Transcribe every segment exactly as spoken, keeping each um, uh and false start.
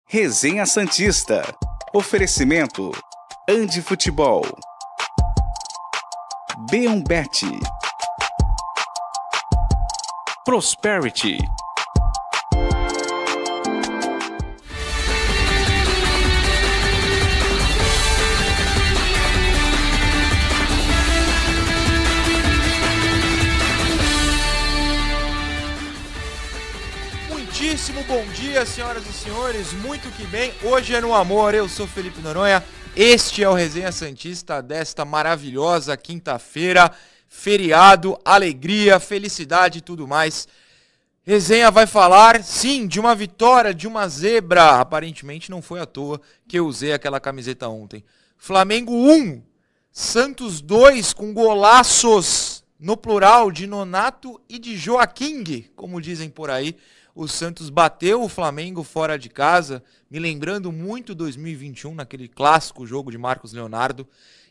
Resenha Santista. Oferecimento Andi Futebol, B um Bet, Prosperity. Muitíssimo bom dia, senhoras e senhores, muito que bem, hoje é no amor, eu sou Felipe Noronha, este é o Resenha Santista desta maravilhosa quinta-feira, feriado, alegria, felicidade e tudo mais. Resenha vai falar, sim, de uma vitória, de uma zebra, aparentemente não foi à toa que eu usei aquela camiseta ontem. Flamengo um, Santos dois com golaços, no plural, de Nonato e de Joaquim, como dizem por aí. O Santos bateu o Flamengo fora de casa, me lembrando muito dois mil e vinte e um, naquele clássico jogo de Marcos Leonardo,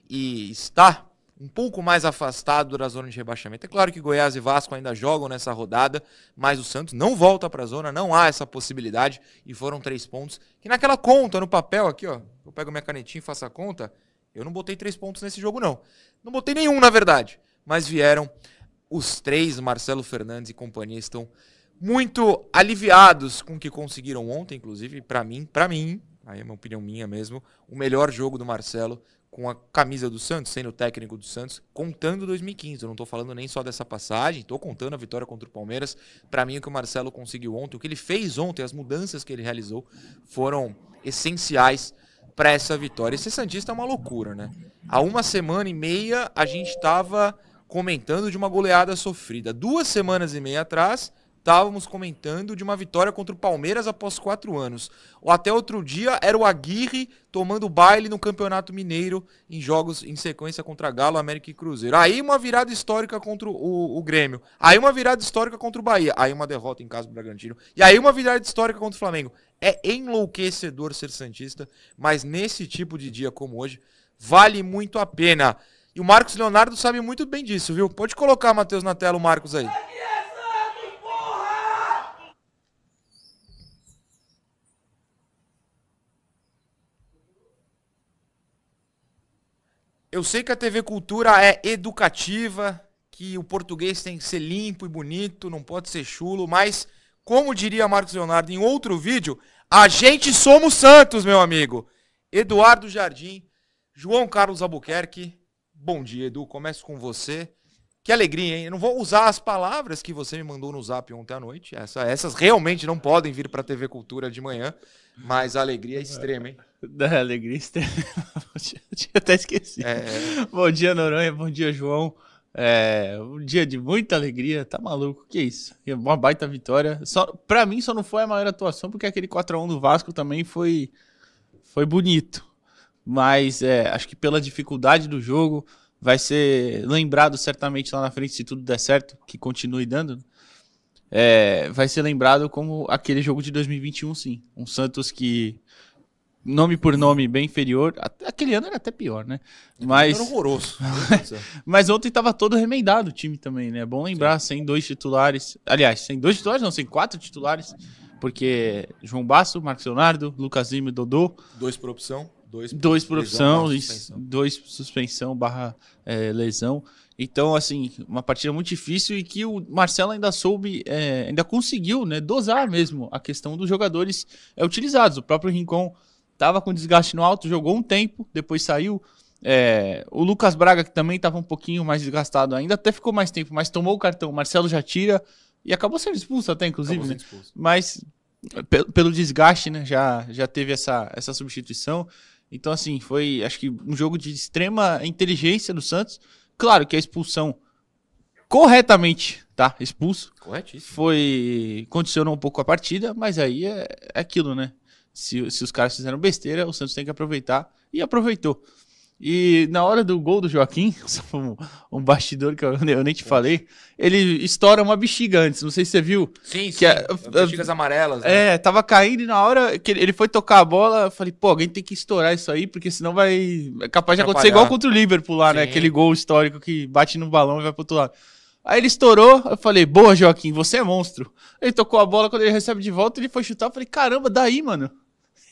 e está um pouco mais afastado da zona de rebaixamento. É claro que Goiás e Vasco ainda jogam nessa rodada, mas o Santos não volta para a zona, não há essa possibilidade, e foram três pontos, que naquela conta, no papel aqui, ó, eu pego minha canetinha e faço a conta, eu não botei três pontos nesse jogo não, não botei nenhum na verdade, mas vieram os três, Marcelo Fernandes e companhia estão muito aliviados com o que conseguiram ontem, inclusive, para mim, para mim, aí é uma opinião minha mesmo, o melhor jogo do Marcelo com a camisa do Santos, sendo técnico do Santos, contando dois mil e quinze. Eu não estou falando nem só dessa passagem, estou contando a vitória contra o Palmeiras. Para mim, o que o Marcelo conseguiu ontem, o que ele fez ontem, as mudanças que ele realizou, foram essenciais para essa vitória. Esse Santista é uma loucura, né? Há uma semana e meia, a gente estava comentando de uma goleada sofrida. Duas semanas e meia atrás, estávamos comentando de uma vitória contra o Palmeiras após quatro anos. Ou até outro dia era o Aguirre tomando baile no Campeonato Mineiro em jogos em sequência contra Galo, América e Cruzeiro. Aí uma virada histórica contra o, o Grêmio. Aí uma virada histórica contra o Bahia. Aí uma derrota em casa do Bragantino. E aí uma virada histórica contra o Flamengo. É enlouquecedor ser santista, mas nesse tipo de dia como hoje, vale muito a pena. E o Marcos Leonardo sabe muito bem disso, viu? Pode colocar, Matheus, na tela o Marcos aí. Eu sei que a T V Cultura é educativa, que o português tem que ser limpo e bonito, não pode ser chulo, mas, como diria Marcos Leonardo em outro vídeo, a gente somos santos, meu amigo. Eduardo Jardim, João Carlos Albuquerque, bom dia, Edu, começo com você. Que alegria, hein? Eu não vou usar as palavras que você me mandou no zap ontem à noite, Essa, essas realmente não podem vir para a T V Cultura de manhã, mas a alegria é extrema, hein? Da alegria extrema. Eu tinha até esquecido. É... Bom dia, Noronha. Bom dia, João. É um dia de muita alegria. Tá maluco? Que isso? Uma baita vitória. Só, pra mim, só não foi a maior atuação, porque aquele quatro a um do Vasco também foi, foi bonito. Mas é, acho que pela dificuldade do jogo, vai ser lembrado certamente lá na frente, se tudo der certo, que continue dando. É, vai ser lembrado como aquele jogo de dois mil e vinte e um, sim. Um Santos que... nome por nome bem inferior. Aquele ano era até pior, né? Mas... era horroroso. Mas ontem estava todo remendado o time também, né? É bom lembrar, sim. Sem dois titulares. Aliás, sem dois titulares, não, sem quatro titulares. Porque João Basso, Marcos Leonardo, Lucas Lima e Dodô. Dois por opção. Dois, dois por opção, lesão, suspensão. dois suspensão barra é, lesão. Então, assim, uma partida muito difícil e que o Marcelo ainda soube, é, ainda conseguiu, né, dosar mesmo a questão dos jogadores é, utilizados. O próprio Rincon estava com desgaste no alto, jogou um tempo, depois saiu. É, o Lucas Braga, que também estava um pouquinho mais desgastado ainda, até ficou mais tempo, mas tomou o cartão. O Marcelo já tira e acabou sendo expulso até, inclusive, né? Expulso. Mas pelo, pelo desgaste, né, já, já teve essa, essa substituição. Então, assim, foi, acho que um jogo de extrema inteligência do Santos. Claro que a expulsão corretamente, tá? Expulso. Corretíssimo. Foi, condicionou um pouco a partida, mas aí é, é aquilo, né? Se, se os caras fizeram besteira, o Santos tem que aproveitar. E aproveitou. E na hora do gol do Joaquim, um, um bastidor que eu, eu nem te falei, ele estoura uma bexiga antes, não sei se você viu. Sim, que sim, é, bexigas amarelas. Né? É, tava caindo e na hora que ele foi tocar a bola, eu falei, pô, alguém tem que estourar isso aí, porque senão vai... é capaz de acontecer igual contra o Liverpool lá, sim. Né? Aquele gol histórico que bate no balão e vai pro outro lado. Aí ele estourou, eu falei, boa, Joaquim, você é monstro. Ele tocou a bola, quando ele recebe de volta, ele foi chutar, eu falei, caramba, daí, mano.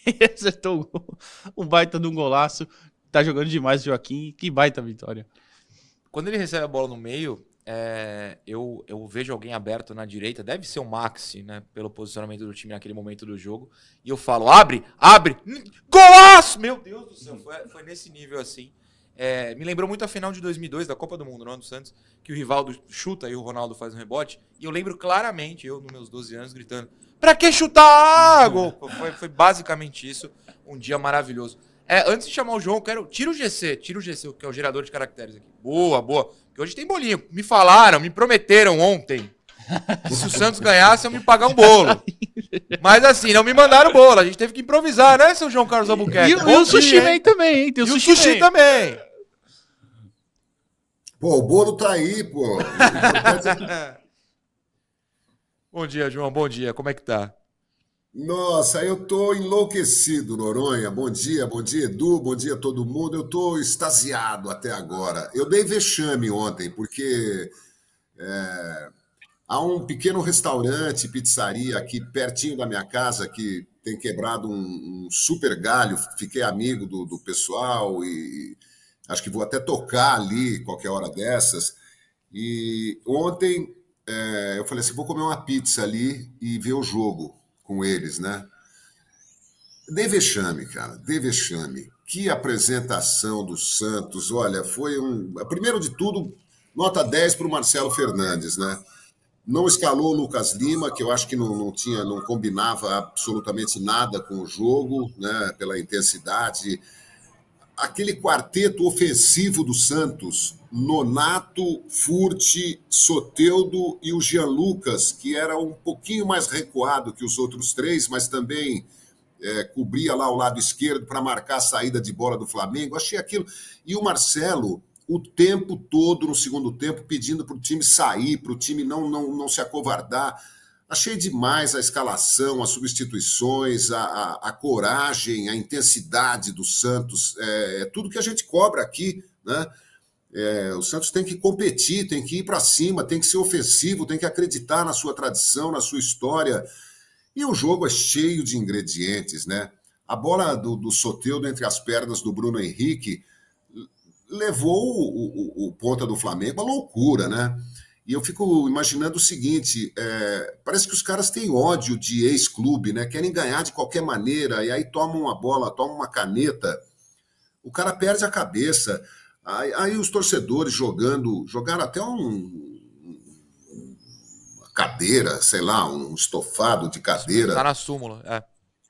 e acertou um baita de um golaço. Tá jogando demais o Joaquim, que baita vitória. Quando ele recebe a bola no meio, é, eu, eu vejo alguém aberto na direita, deve ser o Maxi, né, pelo posicionamento do time naquele momento do jogo, e eu falo, abre, abre, golaço! Meu Deus do céu, foi, foi nesse nível assim. É, me lembrou muito a final de dois mil e dois da Copa do Mundo, não, do Santos, que o Rivaldo chuta e o Ronaldo faz um rebote, e eu lembro claramente, eu nos meus doze anos, gritando, pra que chutar? Gol! Foi, foi basicamente isso, um dia maravilhoso. É, antes de chamar o João, eu quero... Tira o G C, tira o G C, que é o gerador de caracteres aqui. Boa, boa. Porque hoje tem bolinho. Me falaram, me prometeram ontem que se o Santos ganhasse, eu me pagar um bolo. Mas assim, não me mandaram bolo. A gente teve que improvisar, né, seu João Carlos Albuquerque? E, e o Sushi Man também, hein? Tem o e Sushi, o sushi também. Pô, o bolo tá aí, pô. Bom dia, João. Bom dia. Como é que tá? Nossa, eu tô enlouquecido, Noronha. Bom dia, bom dia, Edu, bom dia a todo mundo. Eu tô extasiado até agora. Eu dei vexame ontem, porque é, há um pequeno restaurante, pizzaria aqui pertinho da minha casa que tem quebrado um, um super galho. Fiquei amigo do, do pessoal e acho que vou até tocar ali qualquer hora dessas. E ontem é, eu falei assim, vou comer uma pizza ali e ver o jogo com eles, né? Dei vexame, cara, dei vexame. Que apresentação do Santos, olha, foi um... Primeiro de tudo, nota dez para o Marcelo Fernandes, né? Não escalou o Lucas Lima, que eu acho que não, não tinha, não combinava absolutamente nada com o jogo, né? Pela intensidade. Aquele quarteto ofensivo do Santos, Nonato, Furti, Soteldo e o Jean Lucas, que era um pouquinho mais recuado que os outros três, mas também é, cobria lá o lado esquerdo para marcar a saída de bola do Flamengo. Achei aquilo. E o Marcelo, o tempo todo no segundo tempo, pedindo para o time sair, para o time não, não, não se acovardar. Achei demais a escalação, as substituições, a, a, a coragem, a intensidade do Santos, é, é tudo que a gente cobra aqui, né? É, o Santos tem que competir, tem que ir para cima, tem que ser ofensivo, tem que acreditar na sua tradição, na sua história. E o jogo é cheio de ingredientes, né? A bola do, do Soteldo entre as pernas do Bruno Henrique levou o, o, o ponta do Flamengo à loucura, né? E eu fico imaginando o seguinte, é, parece que os caras têm ódio de ex-clube, né? Querem ganhar de qualquer maneira, e aí tomam uma bola, tomam uma caneta, o cara perde a cabeça. Aí, aí os torcedores jogando, jogaram até um, uma cadeira, sei lá, um estofado de cadeira. Tá na súmula, é.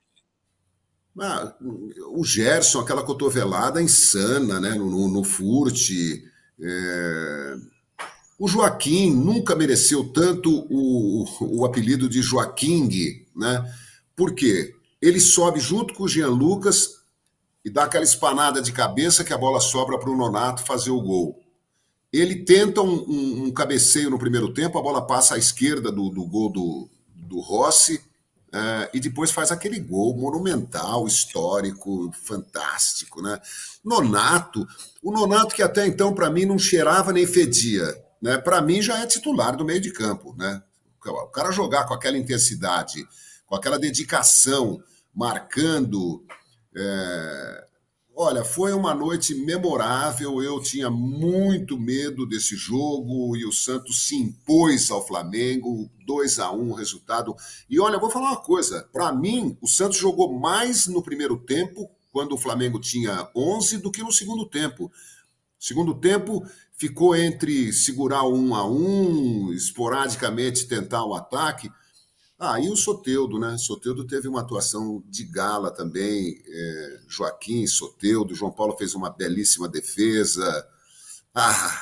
Ah, o Gerson, aquela cotovelada insana, né? No, no, no Furti. É... O Joaquim nunca mereceu tanto o, o apelido de Joaquim, né? Por quê? Ele sobe junto com o Jean Lucas e dá aquela espanada de cabeça que a bola sobra para o Nonato fazer o gol. Ele tenta um, um, um cabeceio no primeiro tempo, a bola passa à esquerda do, do gol do, do Rossi, uh, e depois faz aquele gol monumental, histórico, fantástico, né? Nonato, o Nonato que até então para mim não cheirava nem fedia, né? Para mim já é titular do meio de campo, né? O cara jogar com aquela intensidade, com aquela dedicação, marcando... É... Olha, foi uma noite memorável, eu tinha muito medo desse jogo e o Santos se impôs ao Flamengo, dois a um o resultado. E olha, vou falar uma coisa, para mim o Santos jogou mais no primeiro tempo, quando o Flamengo tinha onze, do que no segundo tempo. Segundo tempo ficou entre segurar o um a um, esporadicamente tentar o ataque. Ah, e o Soteldo, né? Soteldo teve uma atuação de gala também. É, Joaquim, Soteldo, João Paulo fez uma belíssima defesa. Ah!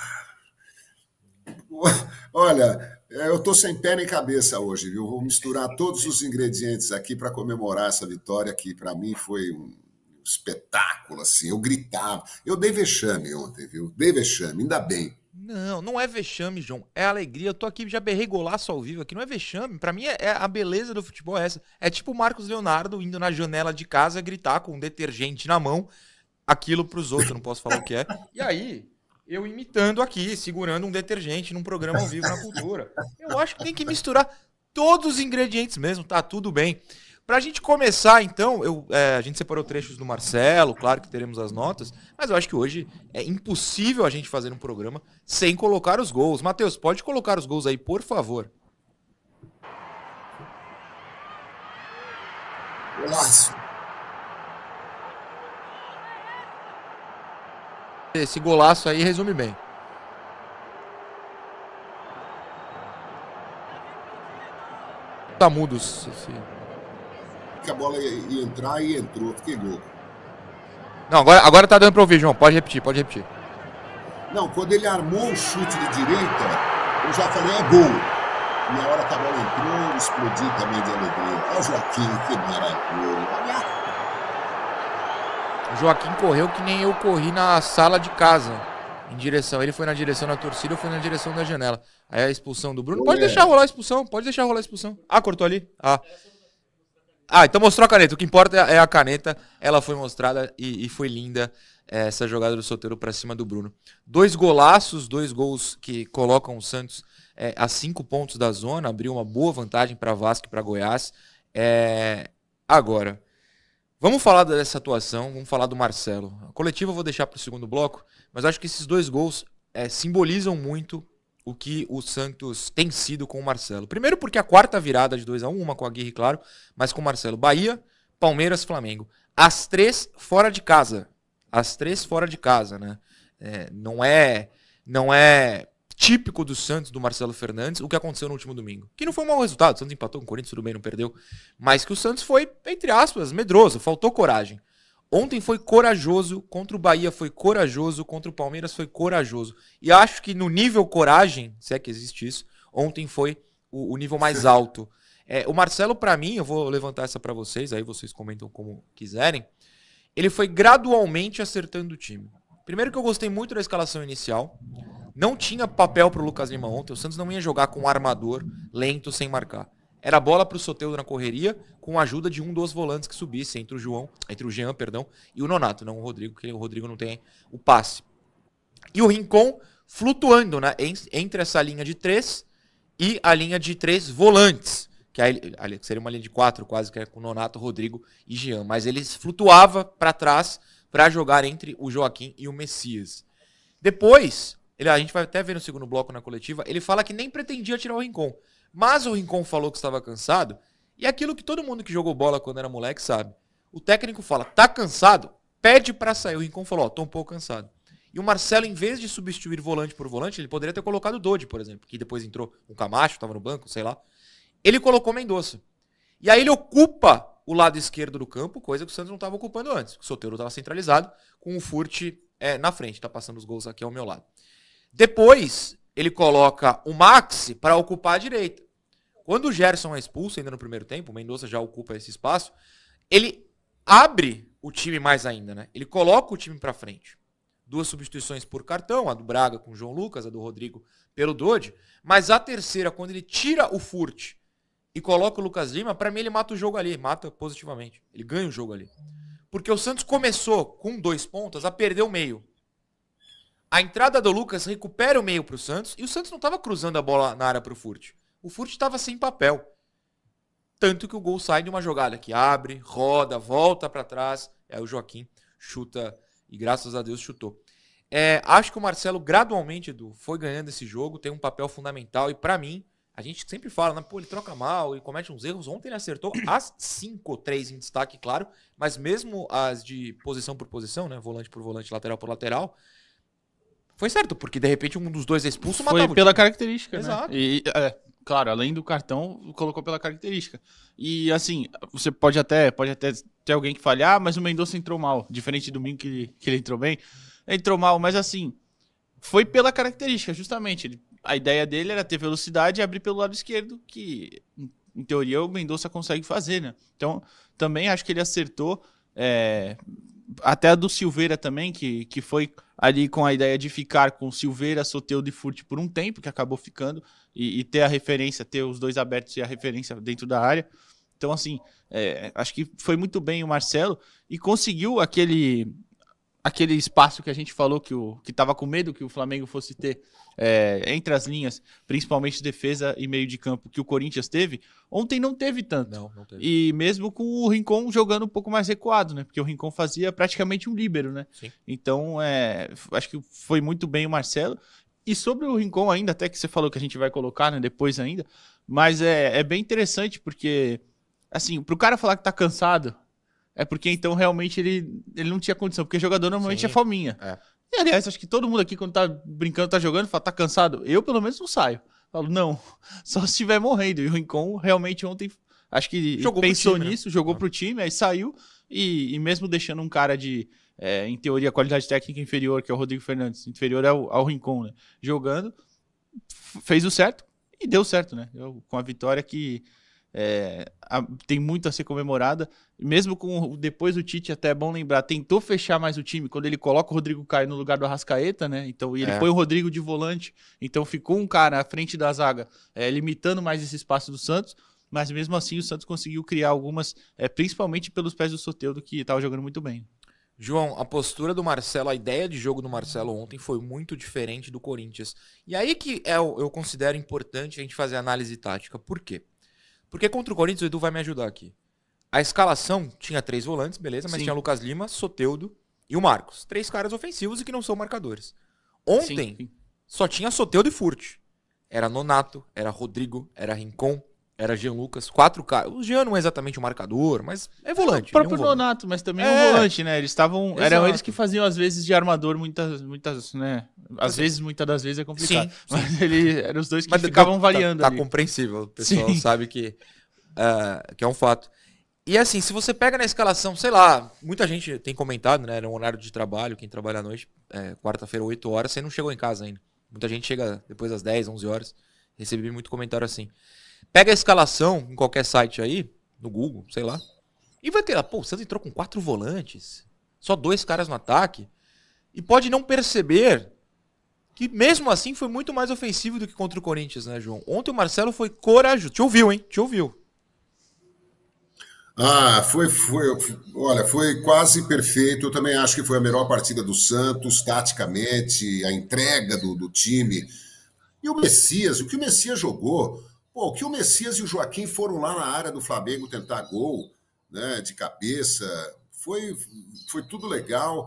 Olha, eu tô sem pé nem cabeça hoje, viu? Vou misturar todos os ingredientes aqui para comemorar essa vitória que para mim foi um espetáculo, assim. Eu gritava. Eu dei vexame ontem, viu? Dei vexame, ainda bem. Não, não é vexame, João. É alegria. Eu tô aqui, já berrei golaço ao vivo aqui. Não é vexame. Pra mim, é, é a beleza do futebol é essa. É tipo o Marcos Leonardo indo na janela de casa gritar com um detergente na mão aquilo pros outros. Eu não posso falar o que é. E aí, eu imitando aqui, segurando um detergente num programa ao vivo na Cultura. Eu acho que tem que misturar todos os ingredientes mesmo. Tá tudo bem. Pra gente começar, então, eu, é, a gente separou trechos do Marcelo, claro que teremos as notas, mas eu acho que hoje é impossível a gente fazer um programa sem colocar os gols. Matheus, pode colocar os gols aí, por favor. Golaço. Esse golaço aí resume bem. Tá mudo. Se... Que a bola ia, ia entrar e entrou. Fiquei louco. Não, agora, agora tá dando pra ouvir, João. Pode repetir, pode repetir. Não, quando ele armou o chute de direita, eu já falei, é gol. E a hora que a bola entrou, eu explodi também de alegria. Olha o Joaquim, que maravilha. O Joaquim correu que nem eu corri na sala de casa. Em direção. Ele foi na direção da torcida, eu fui na direção da janela. Aí a expulsão do Bruno. Pode é. deixar rolar a expulsão, pode deixar rolar a expulsão. Ah, cortou ali? Ah. Ah, então mostrou a caneta. O que importa é a caneta. Ela foi mostrada e, e foi linda é, essa jogada do Soteldo pra cima do Bruno. Dois golaços, dois gols que colocam o Santos é, a cinco pontos da zona. Abriu uma boa vantagem para Vasco e para Goiás. É, agora, vamos falar dessa atuação, vamos falar do Marcelo. A coletiva eu vou deixar para o segundo bloco, mas acho que esses dois gols é, simbolizam muito o que o Santos tem sido com o Marcelo. Primeiro porque a quarta virada de dois a um, uma com a Aguirre, claro, mas com o Marcelo. Bahia, Palmeiras, Flamengo. As três fora de casa. As três fora de casa, né? É, não é, não é típico do Santos, do Marcelo Fernandes, o que aconteceu no último domingo. Que não foi um mau resultado, o Santos empatou com o Corinthians, tudo bem, não perdeu. Mas que o Santos foi, entre aspas, medroso, faltou coragem. Ontem foi corajoso, contra o Bahia foi corajoso, contra o Palmeiras foi corajoso. E acho que no nível coragem, se é que existe isso, ontem foi o, o nível mais alto. É, o Marcelo, pra mim, eu vou levantar essa pra vocês, aí vocês comentam como quiserem, ele foi gradualmente acertando o time. Primeiro que eu gostei muito da escalação inicial, não tinha papel pro Lucas Lima ontem, o Santos não ia jogar com um armador lento sem marcar. Era bola pro Soteldo na correria, com a ajuda de um dos volantes que subisse, entre o João, entre o Jean, perdão, e o Nonato, não o Rodrigo, porque o Rodrigo não tem o passe. E o Rincon flutuando, né, entre essa linha de três e a linha de três volantes, que aí, seria uma linha de quatro quase, que é com o Nonato, Rodrigo e Jean. Mas ele flutuava para trás para jogar entre o Joaquim e o Messias. Depois, ele, a gente vai até ver no segundo bloco na coletiva, ele fala que nem pretendia tirar o Rincon. Mas o Rincon falou que estava cansado, e aquilo que todo mundo que jogou bola quando era moleque sabe. O técnico fala, tá cansado? Pede pra sair. O Rincon falou, ó, tô um pouco cansado. E o Marcelo, em vez de substituir volante por volante, ele poderia ter colocado o Dodi, por exemplo, que depois entrou um Camacho, tava no banco, sei lá. Ele colocou Mendonça. E aí ele ocupa o lado esquerdo do campo, coisa que o Santos não estava ocupando antes. O Soteldo estava centralizado, com o Furt é, na frente, tá passando os gols aqui ao meu lado. Depois, ele coloca o Maxi para ocupar a direita. Quando o Gerson é expulso, ainda no primeiro tempo, o Mendonça já ocupa esse espaço, ele abre o time mais ainda, né? Ele coloca o time para frente. Duas substituições por cartão, a do Braga com o João Lucas, a do Rodrigo pelo Dodi, mas a terceira, quando ele tira o Furt e coloca o Lucas Lima, para mim ele mata o jogo ali, mata positivamente. Ele ganha o jogo ali. Porque o Santos começou com dois pontas a perder o meio. A entrada do Lucas recupera o meio para o Santos e o Santos não estava cruzando a bola na área para o Furt. O Furt estava sem papel. Tanto que o gol sai de uma jogada que abre, roda, volta para trás. Aí o Joaquim chuta e graças a Deus chutou. É, acho que o Marcelo gradualmente, Edu, foi ganhando esse jogo, tem um papel fundamental e para mim, a gente sempre fala, né, pô, ele troca mal e comete uns erros. Ontem ele acertou as cinco, três em destaque, claro, mas mesmo as de posição por posição, né, volante por volante, lateral por lateral, foi certo, porque de repente um dos dois é expulso, foi pela característica, Exato. Né? E, é, claro, além do cartão, colocou pela característica. E assim, você pode até, pode até ter alguém que fale, ah, mas o Mendonça entrou mal, diferente do domingo que, que ele entrou bem. Ele entrou mal, mas assim, foi pela característica, justamente. Ele, a ideia dele era ter velocidade e abrir pelo lado esquerdo, que em teoria o Mendonça consegue fazer, né? Então, também acho que ele acertou. É, até a do Silveira também, que, que foi ali com a ideia de ficar com Silveira, Soteldo e Furt por um tempo, que acabou ficando, e, e ter a referência, ter os dois abertos e a referência dentro da área. Então, assim, é, acho que foi muito bem o Marcelo e conseguiu aquele, aquele espaço que a gente falou que o que estava com medo que o Flamengo fosse ter é, entre as linhas, principalmente defesa e meio de campo, que o Corinthians teve, ontem não teve tanto. Não, não teve. E mesmo com o Rincon jogando um pouco mais recuado, né? Porque o Rincon fazia praticamente um líbero, né? Sim. Então, é, acho que foi muito bem o Marcelo. E sobre o Rincon ainda, até que você falou que a gente vai colocar, né? Depois ainda. Mas é, é bem interessante porque, assim, pro cara falar que tá cansado, é porque então realmente ele, ele não tinha condição. Porque jogador normalmente Sim. é fominha. É. E aliás, acho que todo mundo aqui quando tá brincando, tá jogando, fala, tá cansado? Eu pelo menos não saio. Falo, não, só se estiver morrendo. E o Rincon realmente ontem, acho que Jogou pensou pro time, nisso, né? jogou Ah. pro time, aí saiu. E, e mesmo deixando um cara de, é, em teoria, qualidade técnica inferior, que é o Rodrigo Fernandes, inferior ao, ao Rincon, né? Jogando, f- fez o certo e deu certo, né? Eu, com a vitória que é, a- tem muito a ser comemorada. Mesmo com depois o Tite, até é bom lembrar, tentou fechar mais o time quando ele coloca o Rodrigo Caio no lugar do Arrascaeta, né? Então, e ele É. põe o Rodrigo de volante, então ficou um cara à frente da zaga, é, limitando mais esse espaço do Santos. Mas mesmo assim o Santos conseguiu criar algumas, é, principalmente pelos pés do Soteldo, que estava jogando muito bem. João, a postura do Marcelo, a ideia de jogo do Marcelo ontem foi muito diferente do Corinthians. E aí que é, o- eu considero importante a gente fazer análise tática. Por quê? Porque contra o Corinthians, o Edu vai me ajudar aqui. A escalação tinha três volantes, beleza, mas Sim. tinha Lucas Lima, Soteldo e o Marcos. Três caras ofensivos e que não são marcadores. Ontem, Sim, sim. só tinha Soteldo e Furt. Era Nonato, era Rodrigo, era Rincon, era Jean Lucas. Quatro caras. O Jean não é exatamente um marcador, mas é volante. O próprio ele é um volante. Nonato, mas também É. um volante, né? Eles estavam. Eram Exato. eles que faziam, às vezes, de armador, muitas, muitas, né? Às vezes, muitas das vezes é complicado. Sim, sim. Mas ele eram os dois que Mas ficavam tá- variando Tá, ali. tá compreensível. O pessoal Sim. sabe que, ah, que é um fato. E assim, se você pega na escalação, sei lá, muita gente tem comentado, né? Era um horário de trabalho, quem trabalha à noite, é, quarta-feira, oito horas, você não chegou em casa ainda. Muita gente chega depois das dez, onze horas. Recebi muito comentário assim. Pega a escalação em qualquer site aí, no Google, sei lá, e vai ter lá, pô, o Santos entrou com quatro volantes, só dois caras no ataque, e pode não perceber que mesmo assim foi muito mais ofensivo do que contra o Corinthians, né, João? Ontem o Marcelo foi corajoso. Te ouviu, hein? Te ouviu. Ah, foi, foi, olha, foi quase perfeito. Eu também acho que foi a melhor partida do Santos, taticamente, a entrega do, do time. E o Messias, o que o Messias jogou, pô, o que o Messias e o Joaquim foram lá na área do Flamengo tentar gol, né, de cabeça, foi, foi tudo legal.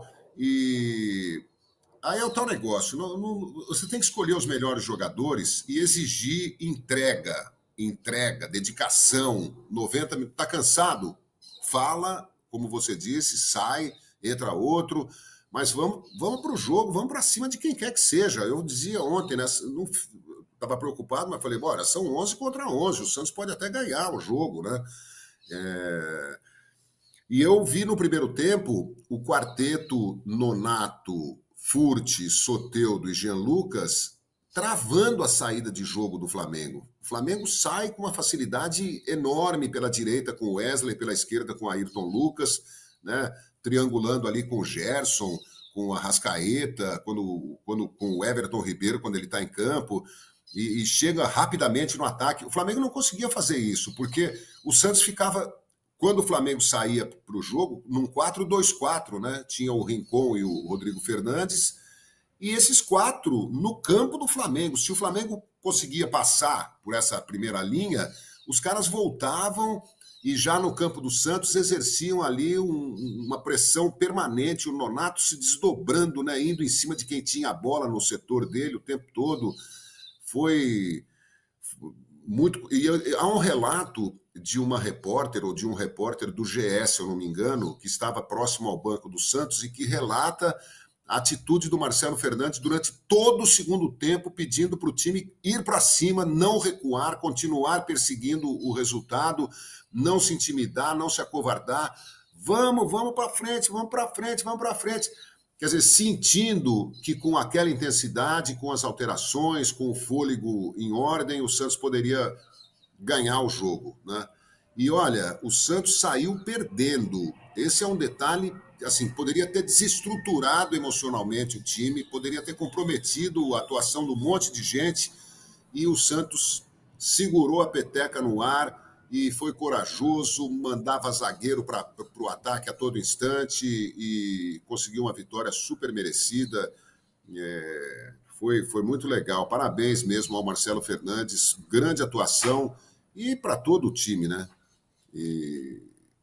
E aí é o tal negócio, não, não, você tem que escolher os melhores jogadores e exigir entrega, entrega, dedicação, noventa minutos. Tá cansado? Fala, como você disse, sai, entra outro, mas vamos, vamos para o jogo, vamos para cima de quem quer que seja. Eu dizia ontem, né, não estava preocupado, mas falei, bora, são onze contra onze, o Santos pode até ganhar o jogo, né? É... E eu vi no primeiro tempo o quarteto Nonato, Furt, Soteldo e Jean Lucas travando a saída de jogo do Flamengo. O Flamengo sai com uma facilidade enorme pela direita com o Wesley, pela esquerda com o Ayrton Lucas, né, triangulando ali com o Gerson, com a Arrascaeta, quando, quando, com o Everton Ribeiro quando ele está em campo, e, e chega rapidamente no ataque. O Flamengo não conseguia fazer isso, porque o Santos ficava, quando o Flamengo saía para o jogo, num quatro dois quatro, né? Tinha o Rincon e o Rodrigo Fernandes, e esses quatro no campo do Flamengo. Se o Flamengo conseguia passar por essa primeira linha, os caras voltavam e já no campo do Santos exerciam ali um, uma pressão permanente, o Nonato se desdobrando, né, indo em cima de quem tinha a bola no setor dele o tempo todo. Foi muito... E há um relato de uma repórter, ou de um repórter do G E, se eu não me engano, que estava próximo ao banco do Santos e que relata a atitude do Marcelo Fernandes durante todo o segundo tempo, pedindo para o time ir para cima, não recuar, continuar perseguindo o resultado, não se intimidar, não se acovardar. Vamos, vamos para frente, vamos para frente, vamos para frente. Quer dizer, sentindo que com aquela intensidade, com as alterações, com o fôlego em ordem, o Santos poderia ganhar o jogo, né? E olha, o Santos saiu perdendo. Esse é um detalhe, assim, poderia ter desestruturado emocionalmente o time, poderia ter comprometido a atuação de um monte de gente, e o Santos segurou a peteca no ar, e foi corajoso, mandava zagueiro para o ataque a todo instante e conseguiu uma vitória super merecida. É, foi, foi muito legal. Parabéns mesmo ao Marcelo Fernandes, grande atuação, e para todo o time, né? E...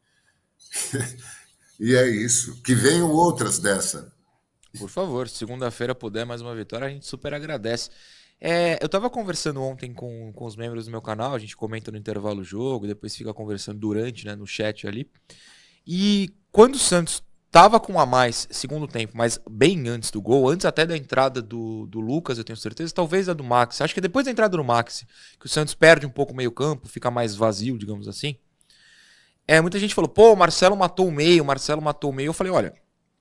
e é isso. Que venham outras dessa. Por favor, segunda-feira puder mais uma vitória, a gente super agradece. É, eu tava conversando ontem com, com os membros do meu canal, a gente comenta no intervalo o jogo, depois fica conversando durante, né, no chat ali. E quando o Santos tava com a mais, segundo tempo, mas bem antes do gol, antes até da entrada do, do Lucas, eu tenho certeza, talvez a do Maxi, acho que é depois da entrada do Maxi, que o Santos perde um pouco o meio campo, fica mais vazio, digamos assim. É, muita gente falou, pô, o Marcelo matou o meio, o Marcelo matou o meio. Eu falei, olha,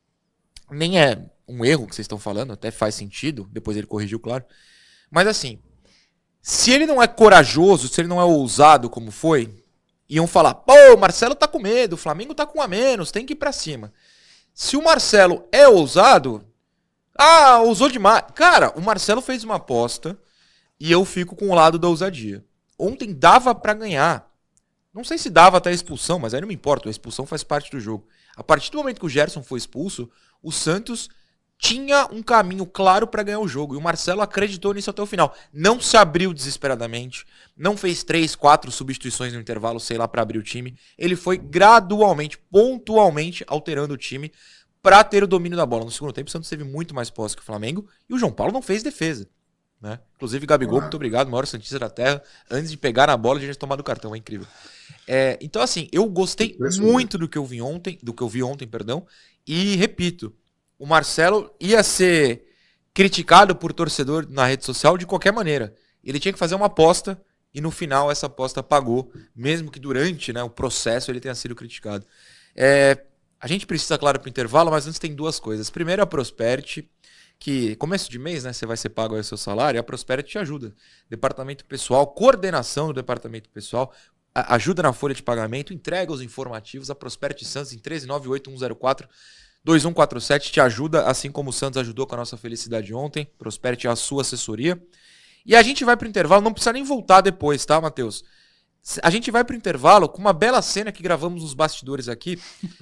nem é um erro que vocês estão falando, até faz sentido, depois ele corrigiu, claro. Mas assim, se ele não é corajoso, se ele não é ousado como foi, iam falar, pô, o Marcelo tá com medo, o Flamengo tá com um a menos, tem que ir pra cima. Se o Marcelo é ousado, ah, ousou demais. Cara, o Marcelo fez uma aposta e eu fico com o lado da ousadia. Ontem dava pra ganhar. Não sei se dava até a expulsão, mas aí não me importa, a expulsão faz parte do jogo. A partir do momento que o Gerson foi expulso, o Santos tinha um caminho claro para ganhar o jogo. E o Marcelo acreditou nisso até o final. Não se abriu desesperadamente. Não fez três, quatro substituições no intervalo, sei lá, para abrir o time. Ele foi gradualmente, pontualmente alterando o time para ter o domínio da bola. No segundo tempo, o Santos teve muito mais posse que o Flamengo. E o João Paulo não fez defesa, né? Inclusive, Gabigol, muito obrigado, maior santista da terra. Antes de pegar na bola, já tinha tomado o cartão. É incrível. É, então, assim, eu gostei muito do que eu vi ontem, do que eu vi ontem, perdão. E repito, o Marcelo ia ser criticado por torcedor na rede social de qualquer maneira. Ele tinha que fazer uma aposta e no final essa aposta pagou, mesmo que durante, né, o processo ele tenha sido criticado. É, a gente precisa, claro, para o intervalo, mas antes tem duas coisas. Primeiro, a Prosperity, que começo de mês, né, você vai ser pago aí o seu salário, e a Prosperity te ajuda. Departamento pessoal, coordenação do departamento pessoal, ajuda na folha de pagamento, entrega os informativos. A Prosperity Santos em treze nove oito um zero quatro dois um quatro sete te ajuda, assim como o Santos ajudou com a nossa felicidade ontem. Prosperity é a sua assessoria. E a gente vai pro intervalo, não precisa nem voltar depois, tá, Matheus? A gente vai pro intervalo com uma bela cena que gravamos nos bastidores aqui.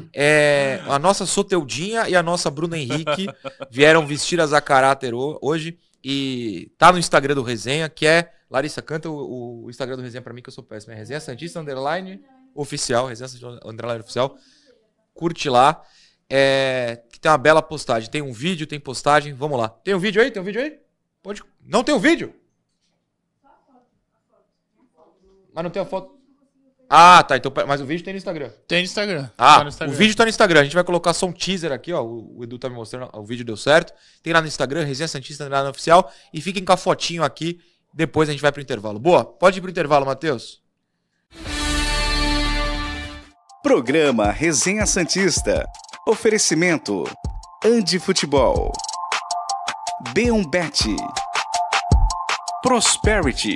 É, a nossa Soteudinha e a nossa Bruna Henrique vieram vestidas a caráter hoje. E tá no Instagram do Resenha, que é... Larissa, canta o, o Instagram do Resenha pra mim, que eu sou péssimo. É Resenha Santista, underline, oficial. Resenha Santista, underline, oficial. Curte lá. É, que tem uma bela postagem. Tem um vídeo, tem postagem. Vamos lá. Tem um vídeo aí? Tem um vídeo aí? Pode... Não tem um vídeo? Mas não tem a foto. Ah, tá. Então, mas o vídeo tem no Instagram. Tem no Instagram. Ah, tá no Instagram. O vídeo tá no Instagram. A gente vai colocar só um teaser aqui, ó. O, o Edu tá me mostrando. O vídeo deu certo. Tem lá no Instagram, Resenha Santista, lá no oficial. E fiquem com a fotinho aqui. Depois a gente vai pro intervalo. Boa. Pode ir pro intervalo, Matheus. Programa Resenha Santista. Oferecimento Andi Futebol, B um Bet, Prosperity.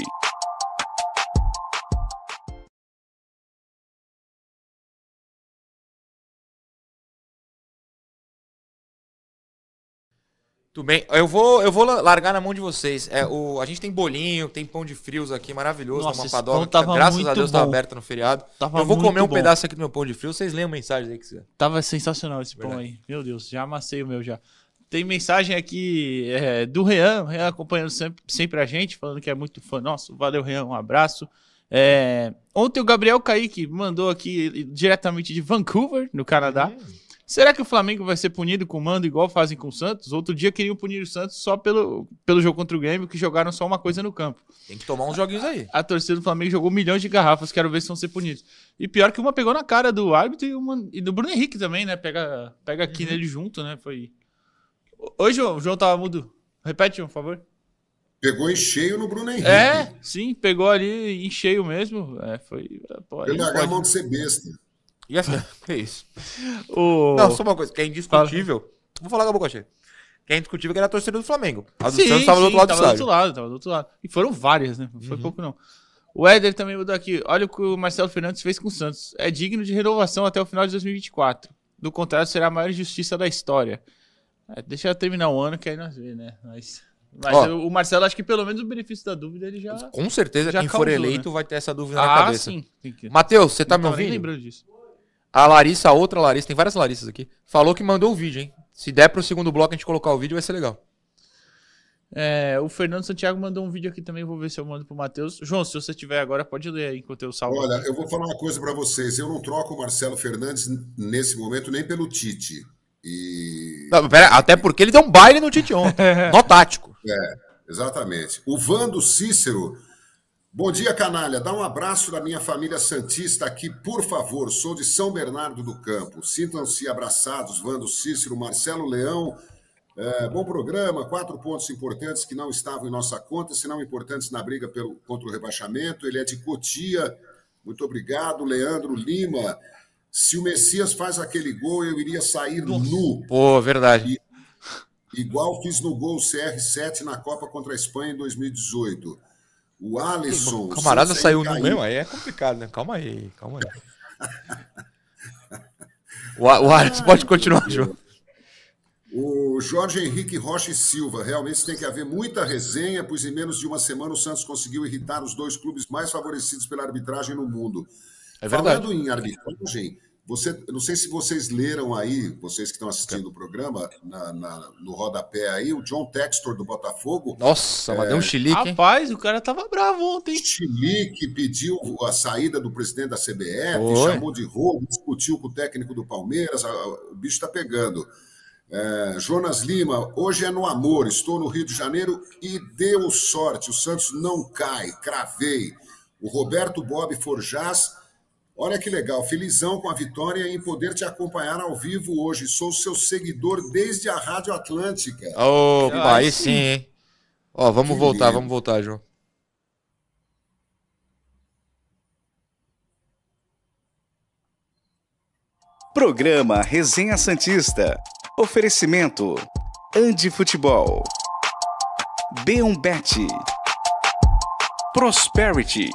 Tudo bem. Eu vou, eu vou largar na mão de vocês. É, o, a gente tem bolinho, tem pão de frios aqui, maravilhoso. Nossa, uma esse padoca, pão tava que, graças muito a Deus bom. tá aberta no feriado. Tava eu vou comer um muito bom. pedaço aqui do meu pão de frio. Vocês leiam mensagens aí que quiser. Tava sensacional esse pão Verdade. aí. Meu Deus, já amassei o meu já. Tem mensagem aqui é, do Rean, Rean acompanhando sempre, sempre a gente, falando que é muito fã nosso. Valeu, Rean, um abraço. É, ontem o Gabriel Kaique mandou aqui diretamente de Vancouver, no Canadá. Hum. Será que o Flamengo vai ser punido com mando igual fazem com o Santos? Outro dia queriam punir o Santos só pelo, pelo jogo contra o Grêmio, que jogaram só uma coisa no campo. Tem que tomar uns joguinhos aí. A torcida do Flamengo jogou milhões de garrafas, quero ver se vão ser punidos. E pior que uma pegou na cara do árbitro e, uma, e do Bruno Henrique também, né? Pega, pega aqui Uhum. nele junto, né? Foi... Oi, João. O João tava mudo. Repete, João, por favor. Pegou em cheio no Bruno Henrique. É, sim, pegou ali em cheio mesmo. É, foi... Pô, aí Ele não largar a pode. mão de ser besta. E assim, que é isso? O... Não, só uma coisa, que é indiscutível. Vou falar com a boca cheia. Que é indiscutível que era a torcida do Flamengo. A do Sim, Santos tava do outro lado do tava do outro estádio. lado, tava do outro lado. E foram várias, né? Não foi Uhum. pouco, não. O Éder também mudou aqui. Olha o que o Marcelo Fernandes fez com o Santos. É digno de renovação até o final de dois mil e vinte e quatro. Do contrário, será a maior injustiça da história. É, deixa eu terminar o ano, que aí nós vemos, né? Mas Mas Ó, eu, o Marcelo, acho que pelo menos o benefício da dúvida ele já... Com certeza, já quem causou, for eleito, né? Vai ter essa dúvida ah, na cabeça. Sim. Que... Matheus, você tá me ouvindo? Nem lembrando disso. A Larissa, a outra Larissa, tem várias Larissas aqui, falou que mandou o vídeo, hein? Se der pro segundo bloco a gente colocar o vídeo, vai ser legal. É, o Fernando Santiago mandou um vídeo aqui também, vou ver se eu mando pro Matheus. João, se você tiver agora, pode ler aí enquanto eu salvo. Olha, eu vou falar uma coisa para vocês. Eu não troco o Marcelo Fernandes nesse momento nem pelo Tite. E... Não, pera, até porque ele deu um baile no Tite ontem, nó tático. É, exatamente. O Vando Cícero. Bom dia, canalha. Dá um abraço da minha família santista aqui, por favor. Sou de São Bernardo do Campo. Sintam-se abraçados, Vando Cícero, Marcelo Leão. É, bom programa, quatro pontos importantes que não estavam em nossa conta, senão importantes na briga pelo, contra o rebaixamento. Ele é de Cotia, muito obrigado. Leandro Lima, se o Messias faz aquele gol, eu iria sair nu. Pô, verdade. E, igual fiz no gol C R sete na Copa contra a Espanha em dois mil e dezoito. O Alisson... O camarada saiu nu mesmo, aí é complicado, né? Calma aí, calma aí. o, o Alisson pode continuar, João. O Jorge Henrique Rocha e Silva, realmente tem que haver muita resenha, pois em menos de uma semana o Santos conseguiu irritar os dois clubes mais favorecidos pela arbitragem no mundo. É verdade. Falando em arbitragem, você, não sei se vocês leram aí, vocês que estão assistindo o programa, na, na, no rodapé aí, o John Textor do Botafogo. Nossa, é, mas deu um chilique, hein? Rapaz, o cara tava bravo ontem. Chilique, pediu a saída do presidente da C B F, Oi. chamou de roubo, discutiu com o técnico do Palmeiras, a, a, o bicho tá pegando. É, Jonas Lima, hoje é no amor, estou no Rio de Janeiro e deu sorte, o Santos não cai, cravei. O Roberto Bob Forjás, olha que legal, felizão com a vitória e em poder te acompanhar ao vivo hoje, sou seu seguidor desde a Rádio Atlântica. Opa, aí sim, hein? Ó, vamos que voltar, lindo. vamos voltar, João. Programa Resenha Santista. Oferecimento Andi Futebol, B um Bet, Prosperity.